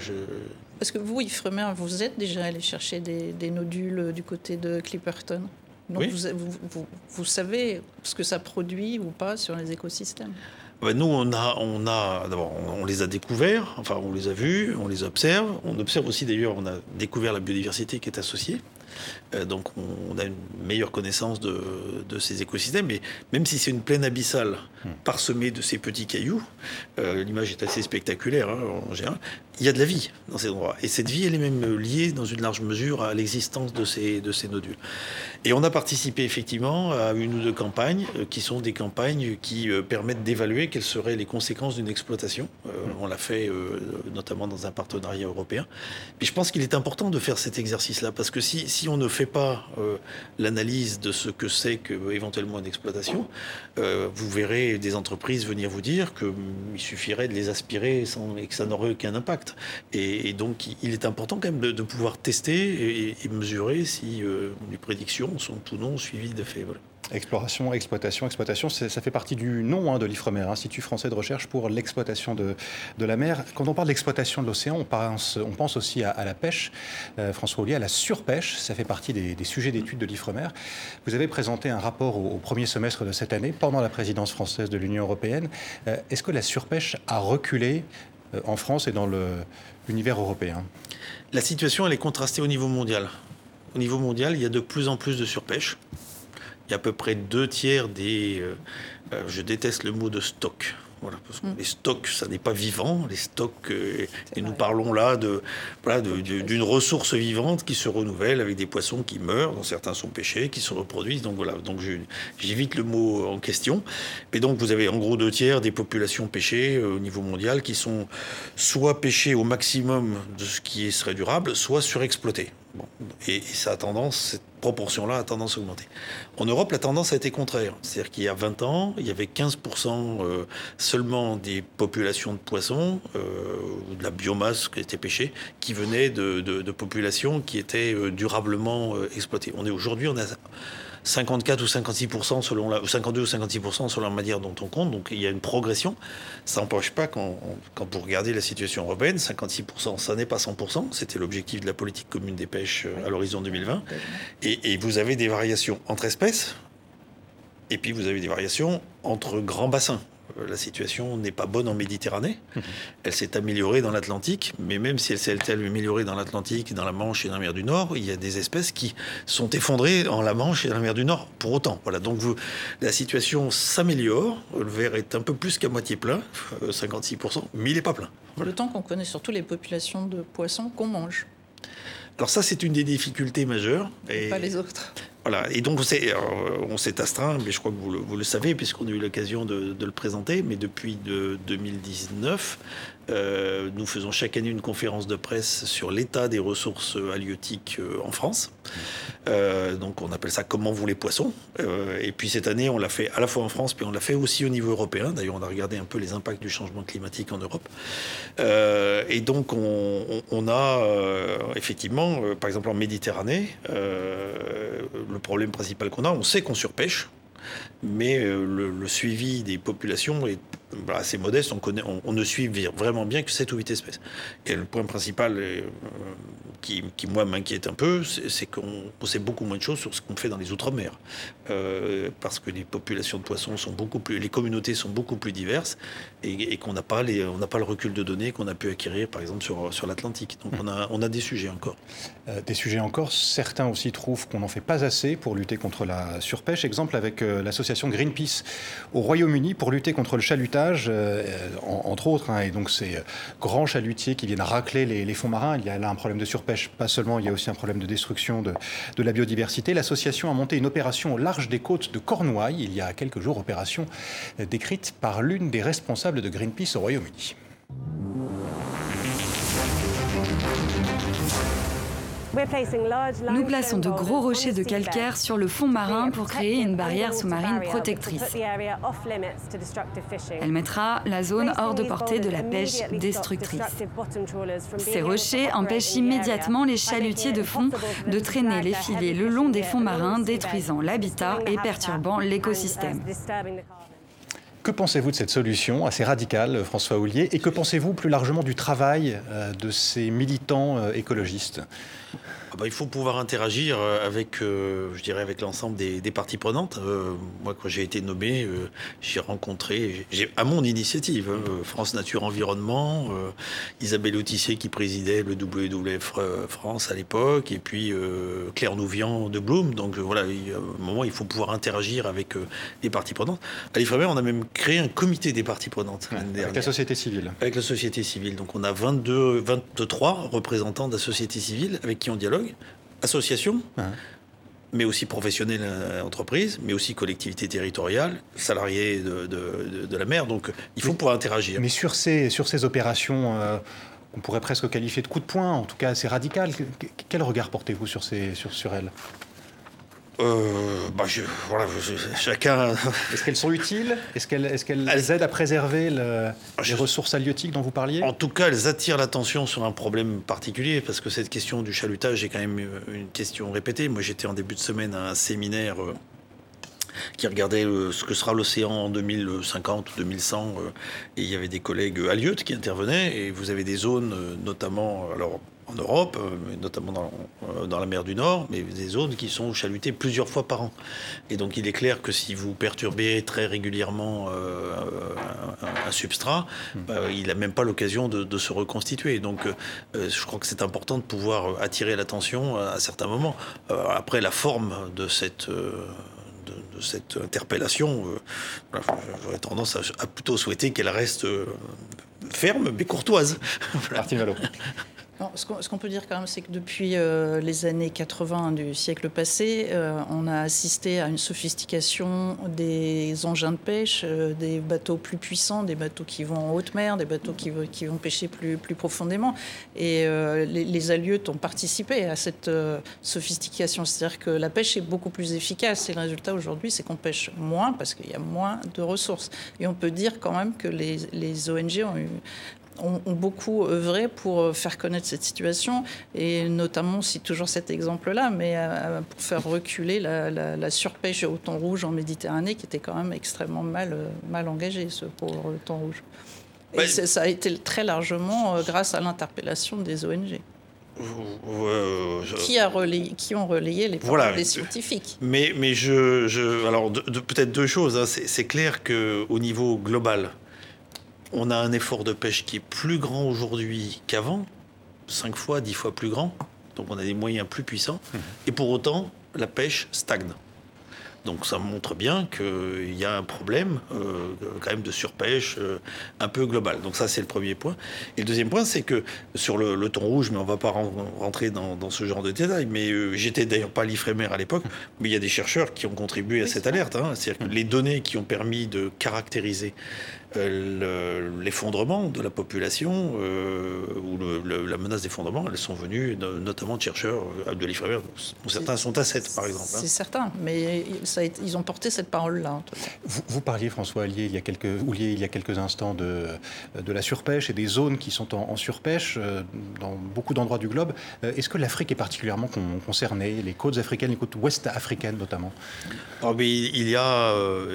Parce que vous, Ifremer, vous êtes déjà allé chercher des nodules du côté de Clipperton. Donc oui. vous savez ce que ça produit ou pas sur les écosystèmes. Nous, d'abord, on les a découverts, enfin, on les a vus, on les observe. On observe aussi, d'ailleurs, on a découvert la biodiversité qui est associée. Donc, on a une meilleure connaissance de ces écosystèmes. Mais même si c'est une plaine abyssale parsemée de ces petits cailloux, l'image est assez spectaculaire en général. Il y a de la vie dans ces endroits. Et cette vie, elle est même liée dans une large mesure à l'existence de ces nodules. Et on a participé effectivement à une ou deux campagnes qui sont des campagnes qui permettent d'évaluer quelles seraient les conséquences d'une exploitation. On l'a fait notamment dans un partenariat européen. Mais je pense qu'il est important de faire cet exercice-là parce que si on ne fait pas l'analyse de ce que c'est qu'éventuellement une exploitation, vous verrez des entreprises venir vous dire qu'il suffirait de les aspirer et que ça n'aurait aucun impact. Et donc, il est important quand même de pouvoir tester et mesurer si les prédictions sont ou non suivies de faits. Voilà. Exploration, exploitation, ça fait partie du nom de l'Ifremer, Institut français de recherche pour l'exploitation de la mer. Quand on parle d'exploitation de l'océan, on pense aussi à la pêche. François Ollier, à la surpêche, ça fait partie des sujets d'études de l'Ifremer. Vous avez présenté un rapport au premier semestre de cette année, pendant la présidence française de l'Union européenne. Est-ce que la surpêche a reculé en France et dans l'univers européen? La situation, elle est contrastée au niveau mondial. Au niveau mondial, il y a de plus en plus de surpêche. Il y a à peu près 2/3 des... je déteste le mot de stock. Voilà, parce que les stocks, ça n'est pas vivant. Les stocks, et nous parlons là d'une ressource vivante qui se renouvelle avec des poissons qui meurent, dont certains sont pêchés, qui se reproduisent. Donc voilà, donc j'évite le mot en question. Et donc vous avez en gros 2/3 des populations pêchées au niveau mondial qui sont soit pêchées au maximum de ce qui serait durable, soit surexploitées. Bon. Et ça a tendance, cette proportion-là a tendance à augmenter. En Europe, la tendance a été contraire. C'est-à-dire qu'il y a 20 ans, il y avait 15% seulement des populations de poissons, ou de la biomasse qui était pêchée, qui venaient de populations qui étaient durablement exploitées. Aujourd'hui, on a 54 ou 56% ou 52 ou 56% selon la manière dont on compte. Donc il y a une progression. Ça n'empêche pas quand vous regardez la situation européenne, 56%, ça n'est pas 100%. C'était l'objectif de la politique commune des pêches à l'horizon 2020. Et vous avez des variations entre espèces. Et puis vous avez des variations entre grands bassins. La situation n'est pas bonne en Méditerranée. Elle s'est améliorée dans l'Atlantique, mais même si elle s'est améliorée dans l'Atlantique, dans la Manche et dans la mer du Nord, il y a des espèces qui sont effondrées en la Manche et dans la mer du Nord pour autant. Voilà, donc la situation s'améliore. Le verre est un peu plus qu'à moitié plein, 56%, mais il n'est pas plein. Voilà. D'autant qu'on connaît surtout les populations de poissons qu'on mange. Alors ça, c'est une des difficultés majeures. Et pas les autres. Voilà, et donc on s'est astreint, mais je crois que vous le savez, puisqu'on a eu l'occasion de le présenter, mais depuis 2019, Nous faisons chaque année une conférence de presse sur l'état des ressources halieutiques en France. Donc on appelle ça « Comment vont les poissons ?» Et puis cette année, on l'a fait à la fois en France, puis on l'a fait aussi au niveau européen. D'ailleurs, on a regardé un peu les impacts du changement climatique en Europe. Et donc on a effectivement, par exemple en Méditerranée, le problème principal qu'on a, on sait qu'on surpêche, mais le suivi des populations est assez modeste. On ne suit vraiment bien que 7 ou 8 espèces. Et le point principal qui moi, m'inquiète un peu, c'est qu'on sait beaucoup moins de choses sur ce qu'on fait dans les outre-mer. Parce que les populations de poissons les communautés sont beaucoup plus diverses et qu'on n'a pas le recul de données qu'on a pu acquérir, par exemple, sur l'Atlantique. Donc on a des sujets encore. Des sujets encore. Certains aussi trouvent qu'on n'en fait pas assez pour lutter contre la surpêche. Exemple avec l'association Greenpeace au Royaume-Uni pour lutter contre le chalutage, entre autres. Et donc ces grands chalutiers qui viennent racler les fonds marins. Il y a là un problème de surpêche, pas seulement, il y a aussi un problème de destruction de la biodiversité. L'association a monté une opération au large des côtes de Cornouailles il y a quelques jours, opération décrite par l'une des responsables de Greenpeace au Royaume-Uni. Nous plaçons de gros rochers de calcaire sur le fond marin pour créer une barrière sous-marine protectrice. Elle mettra la zone hors de portée de la pêche destructrice. Ces rochers empêchent immédiatement les chalutiers de fond de traîner les filets le long des fonds marins, détruisant l'habitat et perturbant l'écosystème. Que pensez-vous de cette solution assez radicale, François Houllier, et que pensez-vous plus largement du travail de ces militants écologistes ? Il faut pouvoir interagir avec l'ensemble des parties prenantes. Moi, quand j'ai été nommé, j'ai rencontré, à mon initiative, France Nature Environnement, Isabelle Autissier qui présidait le WWF France à l'époque, et puis Claire Nouvian de Bloom. Donc voilà, à un moment, il faut pouvoir interagir avec les parties prenantes. À l'Ifremer, on a même créé un comité des parties prenantes. Avec la société civile. Avec la société civile. Donc on a 23 représentants de la société civile avec qui on dialogue. Associations, mais aussi professionnels entreprises, mais aussi collectivités territoriales, salariés de la mer. Donc il faut pouvoir interagir. Mais sur ces opérations qu'on pourrait presque qualifier de coup de poing, en tout cas assez radicales, quel regard portez-vous sur elles ? Chacun. Est-ce qu'elles sont utiles ? Est-ce qu'elles aident à préserver les ressources halieutiques dont vous parliez ? En tout cas, elles attirent l'attention sur un problème particulier, parce que cette question du chalutage est quand même une question répétée. Moi, j'étais en début de semaine à un séminaire qui regardait ce que sera l'océan en 2050 ou 2100, et il y avait des collègues halieutes qui intervenaient, et vous avez des zones, notamment en Europe, notamment dans la mer du Nord, mais des zones qui sont chalutées plusieurs fois par an. Et donc il est clair que si vous perturbez très régulièrement un substrat, il n'a même pas l'occasion de se reconstituer. Donc je crois que c'est important de pouvoir attirer l'attention à certains moments. Après, la forme de cette interpellation, j'aurais tendance à plutôt souhaiter qu'elle reste ferme mais courtoise. Martine Vallot. Non, ce qu'on peut dire quand même, c'est que depuis les années 80 du siècle passé, on a assisté à une sophistication des engins de pêche, des bateaux plus puissants, des bateaux qui vont en haute mer, des bateaux qui vont pêcher plus profondément. Et les halieutes ont participé à cette sophistication. C'est-à-dire que la pêche est beaucoup plus efficace. Et le résultat aujourd'hui, c'est qu'on pêche moins parce qu'il y a moins de ressources. Et on peut dire quand même que les ONG ont beaucoup œuvré pour faire connaître cette situation, et notamment, on cite toujours cet exemple-là, mais pour faire reculer la surpêche au thon rouge en Méditerranée, qui était quand même extrêmement mal engagée, ce pauvre thon rouge. Et ça a été très largement grâce à l'interpellation des ONG. Qui ont relayé les paroles des scientifiques. Mais alors, peut-être deux choses. Hein. C'est clair qu'au niveau global, on a un effort de pêche qui est plus grand aujourd'hui qu'avant, 5 fois, 10 fois plus grand. Donc on a des moyens plus puissants. Et pour autant, la pêche stagne. Donc ça montre bien qu'il y a un problème quand même de surpêche un peu global. Donc ça, c'est le premier point. Et le deuxième point, c'est que sur le thon rouge, mais on ne va pas rentrer dans ce genre de détails, mais j'étais d'ailleurs pas à l'Ifremer à l'époque, mais il y a des chercheurs qui ont contribué à cette alerte. Hein. C'est-à-dire que les données qui ont permis de caractériser l'effondrement de la population ou la menace d'effondrement, elles sont venues notamment de chercheurs de l'IFREMER, dont certains sont à 7 par exemple. C'est certain, mais ils ont porté cette parole-là. Vous parliez, François Allier, il y a quelques instants de la surpêche et des zones qui sont en surpêche dans beaucoup d'endroits du globe. Est-ce que l'Afrique est particulièrement concernée, les côtes africaines, les côtes ouest africaines notamment? Alors, mais il y a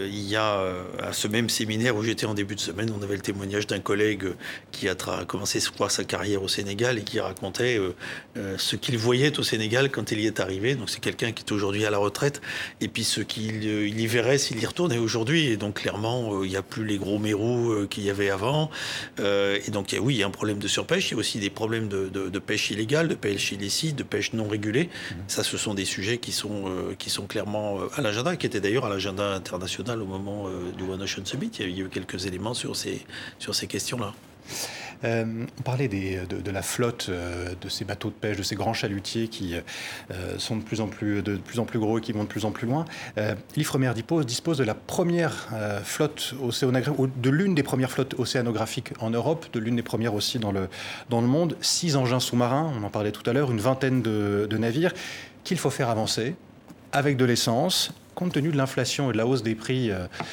à ce même séminaire où j'étais en début de semaine, on avait le témoignage d'un collègue qui a commencé sa carrière au Sénégal et qui racontait ce qu'il voyait au Sénégal quand il y est arrivé. Donc c'est quelqu'un qui est aujourd'hui à la retraite et puis ce qu'il y verrait s'il y retournait aujourd'hui. Et donc clairement, il n'y a plus les gros mérous qu'il y avait avant. Et donc oui, il y a un problème de surpêche. Il y a aussi des problèmes de pêche illégale, de pêche illicite, de pêche non régulée. Ça, ce sont des sujets qui sont clairement à l'agenda, qui étaient d'ailleurs à l'agenda international au moment du One Ocean Summit. Il y a eu quelques éléments sur ces questions-là. On parlait de la flotte de ces bateaux de pêche, de ces grands chalutiers qui sont de plus en plus gros et qui vont de plus en plus loin. L'IFREMER dispose de la première flotte océanographique, ou de l'une des premières flottes océanographiques en Europe, de l'une des premières aussi dans le monde. 6 engins sous-marins, on en parlait tout à l'heure, une vingtaine de navires qu'il faut faire avancer avec de l'essence. Compte tenu de l'inflation et de la hausse des prix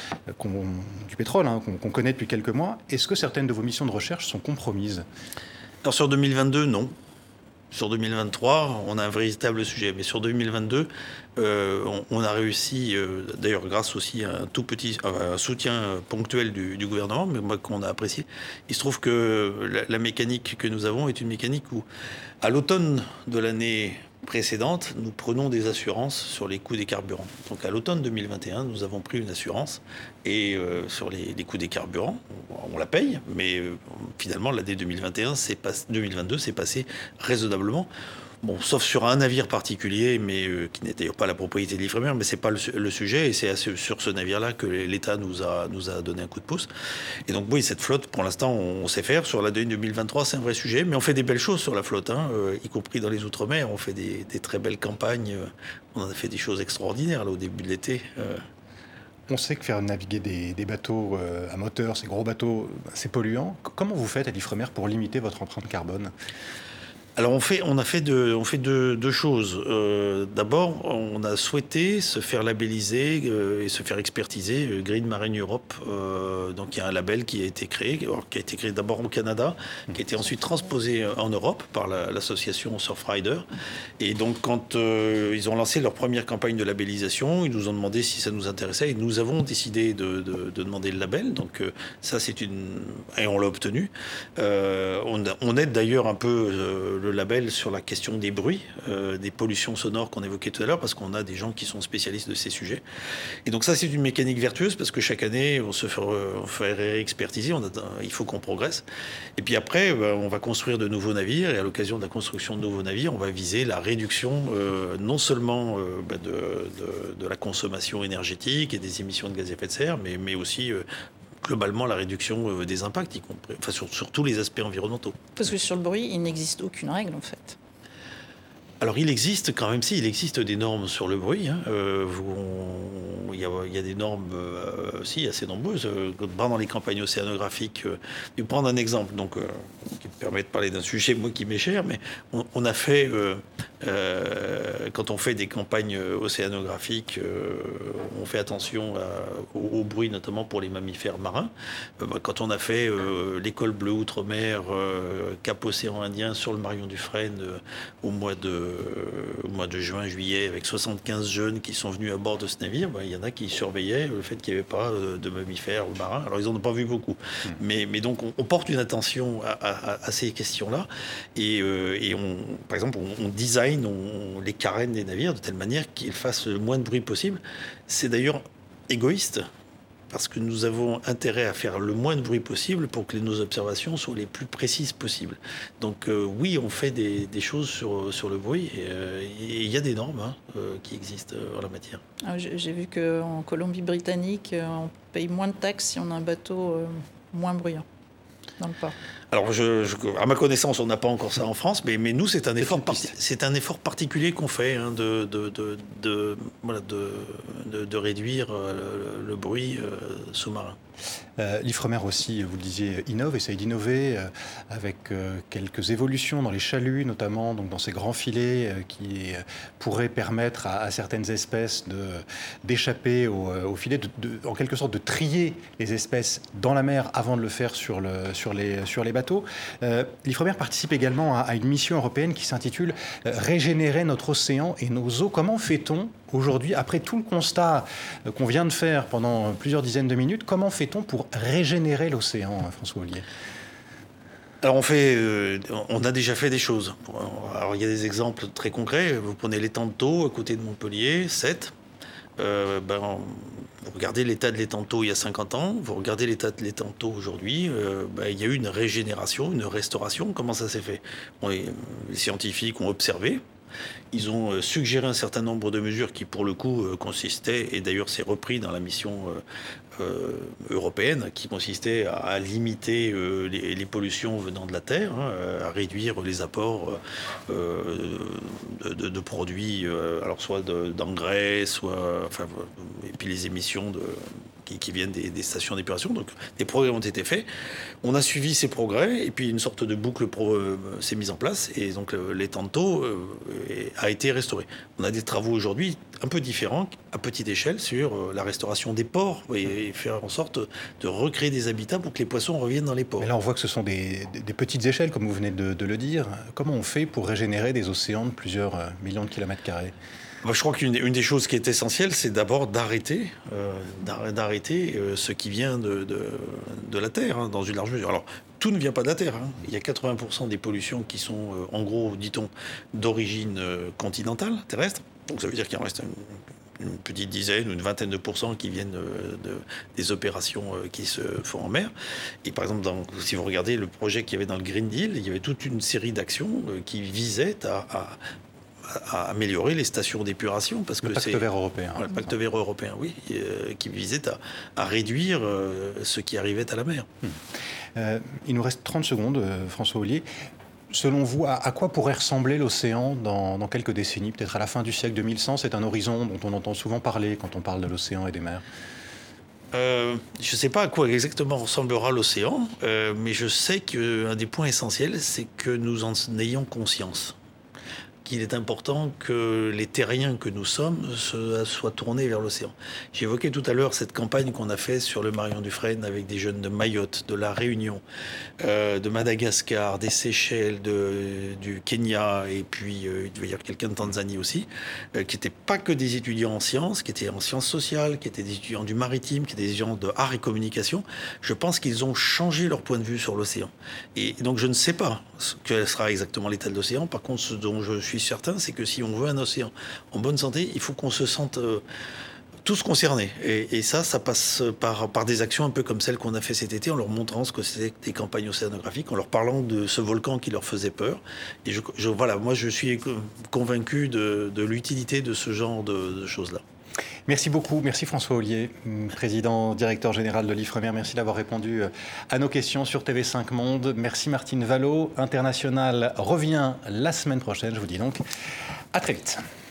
du pétrole qu'on connaît depuis quelques mois, est-ce que certaines de vos missions de recherche sont compromises? Alors sur 2022, non. Sur 2023, on a un véritable sujet. Mais sur 2022, on a réussi, d'ailleurs grâce aussi à un tout petit soutien ponctuel du gouvernement, mais moi qu'on a apprécié. Il se trouve que la mécanique que nous avons est une mécanique où, à l'automne de l'année précédente, nous prenons des assurances sur les coûts des carburants. Donc à l'automne 2021, nous avons pris une assurance et sur les coûts des carburants, on la paye, mais finalement l'année 2022 s'est passée raisonnablement. Bon, sauf sur un navire particulier, mais qui n'était pas la propriété de l'IFREMER, mais c'est pas le sujet, et c'est sur ce navire-là que l'État nous a donné un coup de pouce. Et donc oui, cette flotte, pour l'instant, on sait faire. Sur l'année 2023, c'est un vrai sujet, mais on fait des belles choses sur la flotte, y compris dans les Outre-mer. On fait des très belles campagnes. On a fait des choses extraordinaires là au début de l'été. On sait que faire naviguer des bateaux à moteur, ces gros bateaux, c'est polluant. Comment vous faites à l'IFREMER pour limiter votre empreinte carbone ? Alors on fait deux choses. D'abord, on a souhaité se faire labelliser et se faire expertiser Green Marine Europe. Donc il y a un label qui a été créé d'abord au Canada, qui a été ensuite transposé en Europe par l'association Surfrider. Et donc quand ils ont lancé leur première campagne de labellisation, ils nous ont demandé si ça nous intéressait et nous avons décidé de demander le label. Donc ça et on l'a obtenu. On aide d'ailleurs un peu le label sur la question des bruits, des pollutions sonores qu'on évoquait tout à l'heure, parce qu'on a des gens qui sont spécialistes de ces sujets. Et donc ça, c'est une mécanique vertueuse, parce que chaque année, on fait réexpertiser, il faut qu'on progresse. Et puis après, on va construire de nouveaux navires, et à l'occasion de la construction de nouveaux navires, on va viser la réduction non seulement de la consommation énergétique et des émissions de gaz à effet de serre, mais aussi globalement la réduction des impacts, y compris, sur tous les aspects environnementaux. Parce que sur le bruit, il n'existe aucune règle en fait. Alors il existe quand même, il existe des normes sur le bruit. Il y a des normes assez nombreuses. Pendant les campagnes océanographiques, je vais prendre un exemple qui me permet de parler d'un sujet moi qui m'est cher, mais on a fait, quand on fait des campagnes océanographiques, on fait attention au bruit, notamment pour les mammifères marins. Quand on a fait l'école bleue Outre-mer, Cap Océan Indien sur le Marion Dufresne au mois de juin-juillet, avec 75 jeunes qui sont venus à bord de ce navire, il y en a qui surveillaient le fait qu'il n'y avait pas de mammifères marins. Alors ils n'en ont pas vu beaucoup. Mais donc on porte une attention à ces questions-là. Et par exemple, on design les carènes des navires de telle manière qu'ils fassent le moins de bruit possible. C'est d'ailleurs égoïste, parce que nous avons intérêt à faire le moins de bruit possible pour que nos observations soient les plus précises possibles. Donc oui, on fait des choses sur le bruit, et il y a des normes qui existent en la matière. J'ai vu qu'en Colombie-Britannique, on paye moins de taxes si on a un bateau moins bruyant dans le port. Alors, à ma connaissance, on n'a pas encore ça en France, mais nous, c'est un effort particulier qu'on fait de réduire le bruit sous-marin. L'Ifremer aussi, vous le disiez, innove, essaye d'innover avec quelques évolutions dans les chaluts, notamment donc dans ces grands filets qui pourraient permettre à certaines espèces d'échapper au filet, en quelque sorte de trier les espèces dans la mer avant de le faire sur les bateaux. L'Ifremer participe également à une mission européenne qui s'intitule « Régénérer notre océan et nos eaux ». Comment fait-on aujourd'hui, après tout le constat qu'on vient de faire pendant plusieurs dizaines de minutes, comment fait-on pour régénérer l'océan, François Ollier ? Alors on a déjà fait des choses. Alors il y a des exemples très concrets. Vous prenez l'étang de Thau à côté de Montpellier, 7. Vous regardez l'état de l'étang de Thau il y a 50 ans, vous regardez l'état de l'étang de Thau aujourd'hui, il y a eu une régénération, une restauration. Comment ça s'est fait ? Les scientifiques ont observé. Ils ont suggéré un certain nombre de mesures qui, pour le coup, consistaient, et d'ailleurs c'est repris dans la mission européenne, qui consistait à limiter les pollutions venant de la Terre, à réduire les apports de produits, alors soit d'engrais, soit, et puis les émissions qui viennent des stations d'épuration. Donc des progrès ont été faits. On a suivi ces progrès et puis une sorte de boucle s'est mise en place et donc l'étang de Thau a été restauré. On a des travaux aujourd'hui un peu différents, à petite échelle, sur la restauration des ports et faire en sorte de recréer des habitats pour que les poissons reviennent dans les ports. Mais là, on voit que ce sont des petites échelles, comme vous venez de le dire. Comment on fait pour régénérer des océans de plusieurs millions de kilomètres carrés ? Je crois qu'une des choses qui est essentielle, c'est d'abord d'arrêter ce qui vient de la Terre, dans une large mesure. Alors, tout ne vient pas de la Terre. Il y a 80% des pollutions qui sont, en gros, dit-on, d'origine continentale, terrestre. Donc ça veut dire qu'il en reste une petite dizaine ou une vingtaine de pourcents qui viennent des opérations qui se font en mer. Et par exemple, si vous regardez le projet qu'il y avait dans le Green Deal, il y avait toute une série d'actions qui visaient à améliorer les stations d'épuration. Parce que le pacte vert européen. Le pacte vert européen, oui, qui visait à réduire ce qui arrivait à la mer. Il nous reste 30 secondes, François Ollier. Selon vous, à quoi pourrait ressembler l'océan dans quelques décennies, peut-être à la fin du siècle 2100 ? C'est un horizon dont on entend souvent parler quand on parle de l'océan et des mers. Je ne sais pas à quoi exactement ressemblera l'océan, mais je sais qu'un des points essentiels, c'est que nous en ayons conscience. Qu'il est important que les terriens que nous sommes soient tournés vers l'océan. J'évoquais tout à l'heure cette campagne qu'on a faite sur le Marion Dufresne avec des jeunes de Mayotte, de la Réunion, de Madagascar, des Seychelles, du Kenya, et puis il devait y avoir quelqu'un de Tanzanie aussi, qui n'étaient pas que des étudiants en sciences, qui étaient en sciences sociales, qui étaient des étudiants du maritime, qui étaient des étudiants de art et communication. Je pense qu'ils ont changé leur point de vue sur l'océan. Et donc je ne sais pas quel sera exactement l'état de l'océan. Par contre, ce dont je suis certain, c'est que si on veut un océan en bonne santé, il faut qu'on se sente tous concernés. Et ça passe par des actions un peu comme celles qu'on a fait cet été, en leur montrant ce que c'était des campagnes océanographiques, en leur parlant de ce volcan qui leur faisait peur. Et moi, je suis convaincu de l'utilité de ce genre de choses-là. Merci beaucoup. Merci François Ollier, président, directeur général de l'Ifremer. Merci d'avoir répondu à nos questions sur TV5 Monde. Merci Martine Vallot. International revient la semaine prochaine. Je vous dis donc à très vite.